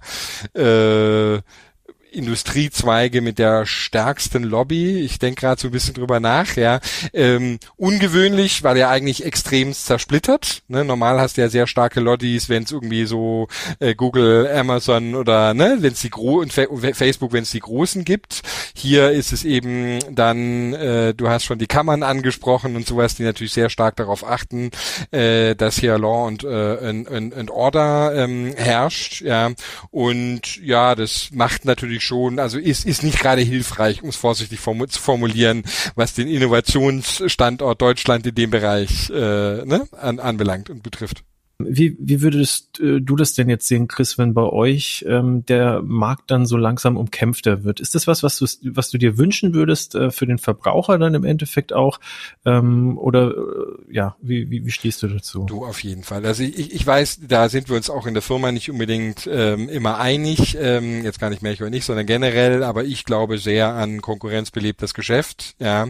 äh, Industriezweige mit der stärksten Lobby. Ich denke gerade so ein bisschen drüber nach, ja. Ähm, ungewöhnlich, weil er eigentlich extrem zersplittert. Ne? Normal hast du ja sehr starke Lobbys, wenn es irgendwie so äh, Google, Amazon oder ne, wenn es die Gro und Fa- Facebook, wenn es die Großen gibt. Hier ist es eben dann, äh, du hast schon die Kammern angesprochen und sowas, die natürlich sehr stark darauf achten, äh, dass hier Law und, äh, and, and, and Order ähm, herrscht, ja. Und ja, das macht natürlich schon, also ist ist nicht gerade hilfreich, um es vorsichtig formu- zu formulieren, was den Innovationsstandort Deutschland in dem Bereich äh, ne, an, anbelangt und betrifft. Wie, wie würdest äh, du das denn jetzt sehen, Chris, wenn bei euch ähm, der Markt dann so langsam umkämpfter wird? Ist das was, was du, was du dir wünschen würdest äh, für den Verbraucher dann im Endeffekt auch? Ähm, oder äh, ja, wie, wie, wie stehst du dazu? Du auf jeden Fall. Also ich, ich weiß, da sind wir uns auch in der Firma nicht unbedingt ähm, immer einig, ähm, jetzt gar nicht Melchior nicht, sondern generell, aber ich glaube sehr an konkurrenzbelebtes Geschäft. Ja,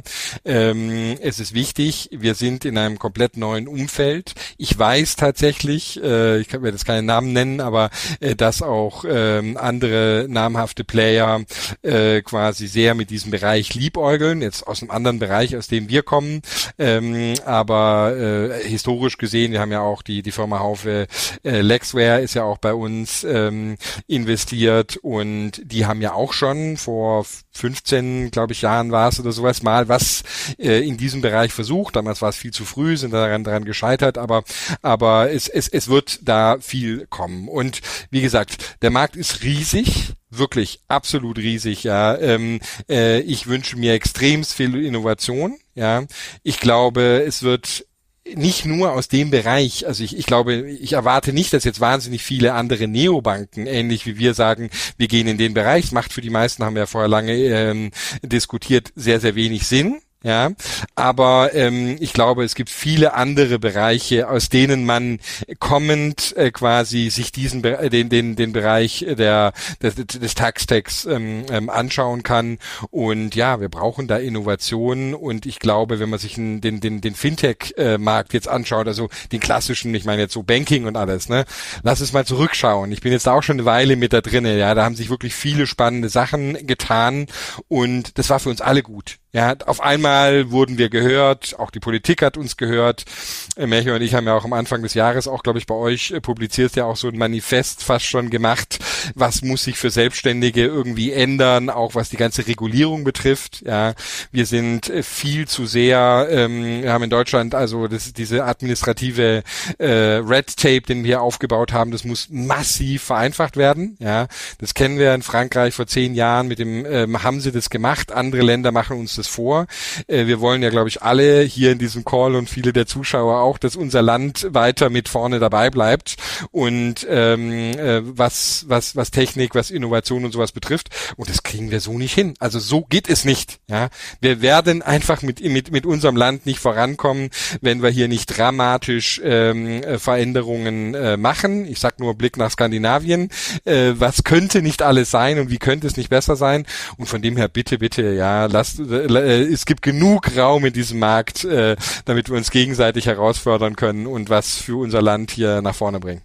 ähm, es ist wichtig, wir sind in einem komplett neuen Umfeld. Ich weiß tatsächlich, äh, ich kann mir jetzt keinen Namen nennen, aber äh, dass auch ähm, andere namhafte Player äh, quasi sehr mit diesem Bereich liebäugeln, jetzt aus einem anderen Bereich, aus dem wir kommen, ähm, aber äh, historisch gesehen, wir haben ja auch die die Firma Haufe äh, Lexware ist ja auch bei uns ähm, investiert und die haben ja auch schon vor fünfzehn, glaube ich, Jahren war es oder sowas mal was äh, in diesem Bereich versucht. Damals war es viel zu früh, sind daran daran gescheitert, aber aber es es es wird da viel kommen und wie gesagt, der Markt ist riesig. Wirklich absolut riesig, ja. Ähm, äh, ich wünsche mir extrem viel Innovation, ja. Ich glaube, es wird nicht nur aus dem Bereich, also ich, ich glaube, ich erwarte nicht, dass jetzt wahnsinnig viele andere Neobanken, ähnlich wie wir sagen, wir gehen in den Bereich. Es macht für die meisten, haben wir ja vorher lange ähm, diskutiert, sehr, sehr wenig Sinn. Ja, aber ähm, ich glaube, es gibt viele andere Bereiche, aus denen man kommend äh, quasi sich diesen den den den Bereich der des, des Tax-Tags ähm, ähm, anschauen kann. Und ja, wir brauchen da Innovationen. Und ich glaube, wenn man sich den den den, den Fintech-Markt jetzt anschaut, also den klassischen, ich meine jetzt so Banking und alles, ne, lass es mal zurückschauen. Ich bin jetzt da auch schon eine Weile mit da drinne. Ja, da haben sich wirklich viele spannende Sachen getan und das war für uns alle gut. Ja, auf einmal wurden wir gehört, auch die Politik hat uns gehört. Melchior und ich haben ja auch am Anfang des Jahres auch, glaube ich, bei euch äh, publiziert ja auch so ein Manifest fast schon gemacht. Was muss sich für Selbstständige irgendwie ändern, auch was die ganze Regulierung betrifft. Ja, wir sind äh, viel zu sehr, ähm, wir haben in Deutschland also das, diese administrative äh, Red Tape, den wir aufgebaut haben, das muss massiv vereinfacht werden. Ja, das kennen wir in Frankreich vor zehn Jahren mit dem, ähm, haben sie das gemacht. Andere Länder machen uns das vor. Äh, wir wollen ja, glaube ich, alle hier in diesem Call und viele der Zuschauer auch, dass unser Land weiter mit vorne dabei bleibt und ähm, äh, was was was Technik, was Innovation und sowas betrifft. Und das kriegen wir so nicht hin. Also so geht es nicht. Ja, wir werden einfach mit mit mit unserem Land nicht vorankommen, wenn wir hier nicht dramatisch ähm, Veränderungen äh, machen. Ich sag nur Blick nach Skandinavien. Äh, was könnte nicht alles sein und wie könnte es nicht besser sein? Und von dem her bitte, bitte, ja, lasst es gibt genug Raum in diesem Markt, äh, damit wir uns gegenseitig herausfordern können und was für unser Land hier nach vorne bringen.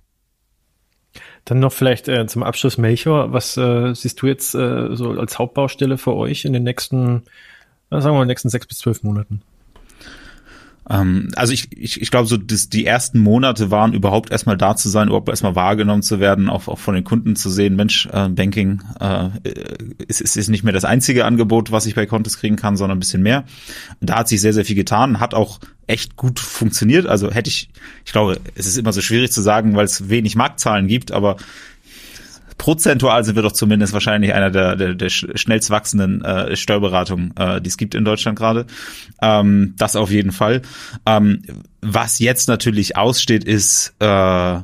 Dann noch vielleicht äh, zum Abschluss, Melchior, was äh, siehst du jetzt äh, so als Hauptbaustelle für euch in den nächsten, äh, sagen wir mal, nächsten sechs bis zwölf Monaten? Ähm, also ich, ich, ich glaube, so das, die ersten Monate waren überhaupt erstmal da zu sein, überhaupt erstmal wahrgenommen zu werden, auch, auch von den Kunden zu sehen, Mensch, äh, Banking äh, ist, ist, ist nicht mehr das einzige Angebot, was ich bei Kontist kriegen kann, sondern ein bisschen mehr. Und da hat sich sehr, sehr viel getan, hat auch echt gut funktioniert. Also hätte ich, ich glaube, es ist immer so schwierig zu sagen, weil es wenig Marktzahlen gibt, aber prozentual sind wir doch zumindest wahrscheinlich einer der, der, der schnellst wachsenden äh, Steuerberatungen, äh, die es gibt in Deutschland gerade. Ähm, das auf jeden Fall. Ähm, was jetzt natürlich aussteht, ist äh,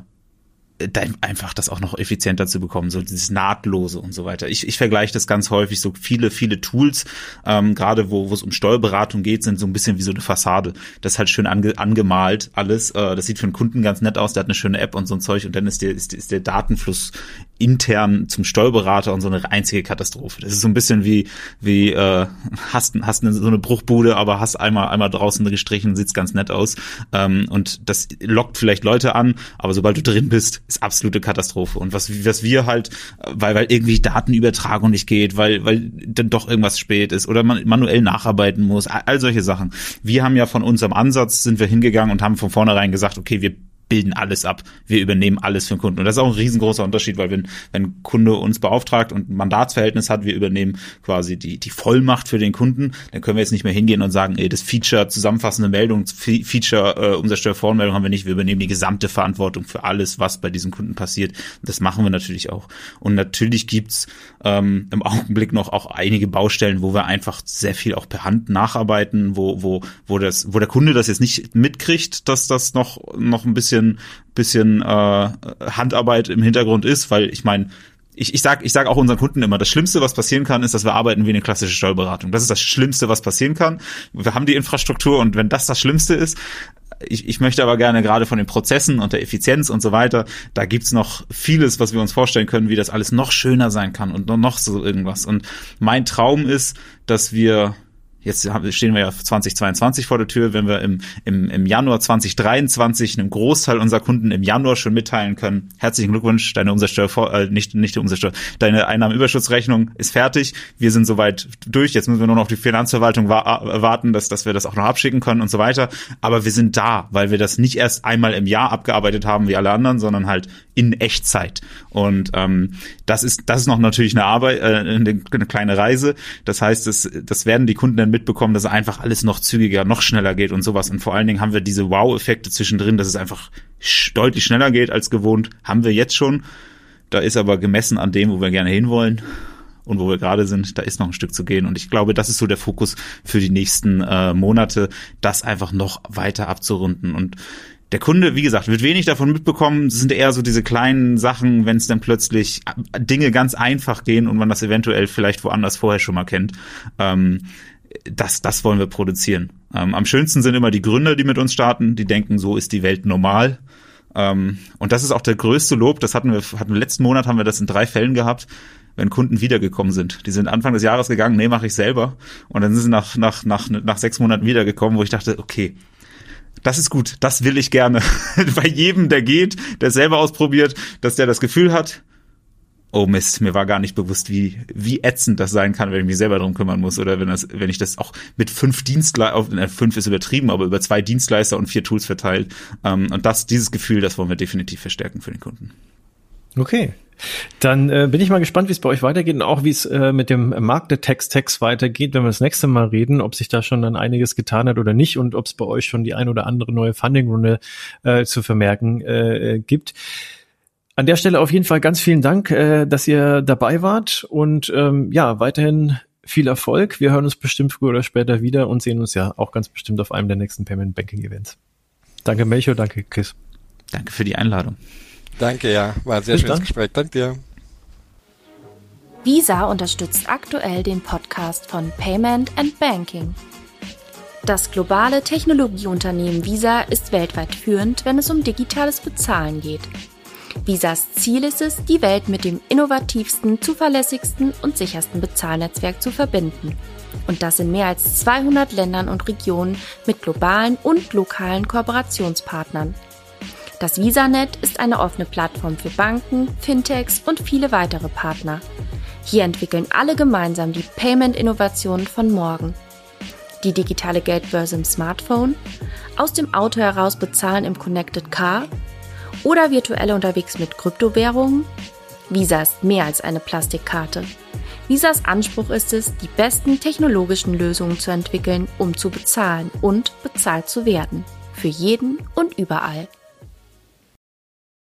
einfach das auch noch effizienter zu bekommen, so dieses Nahtlose und so weiter. Ich, ich vergleiche das ganz häufig, so viele, viele Tools, ähm, gerade wo wo es um Steuerberatung geht, sind so ein bisschen wie so eine Fassade. Das ist halt schön ange, angemalt alles. Äh, das sieht für einen Kunden ganz nett aus, der hat eine schöne App und so ein Zeug und dann ist der, ist, ist der Datenfluss intern zum Steuerberater und so eine einzige Katastrophe. Das ist so ein bisschen wie wie äh, hast hast eine, so eine Bruchbude, aber hast einmal einmal draußen gestrichen, sieht's ganz nett aus. Ähm, und das lockt vielleicht Leute an, aber sobald du drin bist, ist absolute Katastrophe. Und was was wir halt, weil weil irgendwie Datenübertragung nicht geht, weil weil dann doch irgendwas spät ist oder man manuell nacharbeiten muss, all solche Sachen. Wir haben ja von unserem Ansatz sind wir hingegangen und haben von vornherein gesagt, okay, wir bilden alles ab. Wir übernehmen alles für den Kunden. Und das ist auch ein riesengroßer Unterschied, weil wenn, wenn ein Kunde uns beauftragt und ein Mandatsverhältnis hat, wir übernehmen quasi die, die Vollmacht für den Kunden, dann können wir jetzt nicht mehr hingehen und sagen, ey, das Feature zusammenfassende Meldung, Feature äh, Umsatzsteuervoranmeldung haben wir nicht. Wir übernehmen die gesamte Verantwortung für alles, was bei diesem Kunden passiert. Das machen wir natürlich auch. Und natürlich gibt's ähm, im Augenblick noch auch einige Baustellen, wo wir einfach sehr viel auch per Hand nacharbeiten, wo, wo, wo das, wo der Kunde das jetzt nicht mitkriegt, dass das noch, noch ein bisschen bisschen äh, Handarbeit im Hintergrund ist, weil ich meine, ich, ich sag ich sag auch unseren Kunden immer, das Schlimmste, was passieren kann, ist, dass wir arbeiten wie eine klassische Steuerberatung. Das ist das Schlimmste, was passieren kann. Wir haben die Infrastruktur und wenn das das Schlimmste ist, ich, ich möchte aber gerne gerade von den Prozessen und der Effizienz und so weiter, da gibt's noch vieles, was wir uns vorstellen können, wie das alles noch schöner sein kann und noch so irgendwas. Und mein Traum ist, dass wir Jetzt stehen wir ja zwanzig zweiundzwanzig vor der Tür, wenn wir im, im, im Januar zwanzig dreiundzwanzig einem Großteil unserer Kunden im Januar schon mitteilen können, herzlichen Glückwunsch, deine Umsatzsteuer, äh, nicht, nicht die Umsatzsteuer, deine Einnahmenüberschussrechnung ist fertig, wir sind soweit durch, jetzt müssen wir nur noch auf die Finanzverwaltung wa- warten, dass, dass wir das auch noch abschicken können und so weiter, aber wir sind da, weil wir das nicht erst einmal im Jahr abgearbeitet haben wie alle anderen, sondern halt in Echtzeit und ähm, das ist das ist noch natürlich eine Arbeit, äh, eine, eine kleine Reise, das heißt, das, das werden die Kunden dann mitbekommen, dass einfach alles noch zügiger, noch schneller geht und sowas. Und vor allen Dingen haben wir diese Wow-Effekte zwischendrin, dass es einfach sch- deutlich schneller geht als gewohnt. Haben wir jetzt schon. Da ist aber gemessen an dem, wo wir gerne hinwollen und wo wir gerade sind, da ist noch ein Stück zu gehen. Und ich glaube, das ist so der Fokus für die nächsten äh, Monate, das einfach noch weiter abzurunden. Und der Kunde, wie gesagt, wird wenig davon mitbekommen. Es sind eher so diese kleinen Sachen, wenn es dann plötzlich Dinge ganz einfach gehen und man das eventuell vielleicht woanders vorher schon mal kennt. Ähm, Das, das wollen wir produzieren. Ähm, am schönsten sind immer die Gründer, die mit uns starten, die denken, so ist die Welt normal. Ähm, und das ist auch der größte Lob. Das hatten wir, hatten wir letzten Monat haben wir das in drei Fällen gehabt, wenn Kunden wiedergekommen sind. Die sind Anfang des Jahres gegangen, nee, mache ich selber. Und dann sind sie nach, nach, nach, nach sechs Monaten wiedergekommen, wo ich dachte, okay, das ist gut, das will ich gerne. Bei jedem, der geht, der selber ausprobiert, dass der das Gefühl hat, oh Mist, mir war gar nicht bewusst, wie wie ätzend das sein kann, wenn ich mich selber drum kümmern muss oder wenn das wenn ich das auch mit fünf Dienstleister, äh, fünf ist übertrieben, aber über zwei Dienstleister und vier Tools verteilt. Ähm, und das dieses Gefühl, das wollen wir definitiv verstärken für den Kunden. Okay. Dann äh, bin ich mal gespannt, wie es bei euch weitergeht und auch wie es äh, mit dem Markt der Text-Text weitergeht, wenn wir das nächste Mal reden, ob sich da schon dann einiges getan hat oder nicht und ob es bei euch schon die ein oder andere neue Funding-Runde äh, zu vermerken äh, gibt. An der Stelle auf jeden Fall ganz vielen Dank, äh, dass ihr dabei wart und ähm, ja, weiterhin viel Erfolg. Wir hören uns bestimmt früher oder später wieder und sehen uns ja auch ganz bestimmt auf einem der nächsten Payment Banking Events. Danke Melchior, danke Chris. Danke für die Einladung. Danke, ja, war ein sehr Bis schönes dann. Gespräch. Danke dir. Visa unterstützt aktuell den Podcast von Payment and Banking. Das globale Technologieunternehmen Visa ist weltweit führend, wenn es um digitales Bezahlen geht. Visas Ziel ist es, die Welt mit dem innovativsten, zuverlässigsten und sichersten Bezahlnetzwerk zu verbinden. Und das in mehr als zweihundert Ländern und Regionen mit globalen und lokalen Kooperationspartnern. Das VisaNet ist eine offene Plattform für Banken, Fintechs und viele weitere Partner. Hier entwickeln alle gemeinsam die Payment-Innovationen von morgen. Die digitale Geldbörse im Smartphone, aus dem Auto heraus bezahlen im Connected Car oder virtuell unterwegs mit Kryptowährungen? Visa ist mehr als eine Plastikkarte. Visas Anspruch ist es, die besten technologischen Lösungen zu entwickeln, um zu bezahlen und bezahlt zu werden. Für jeden und überall.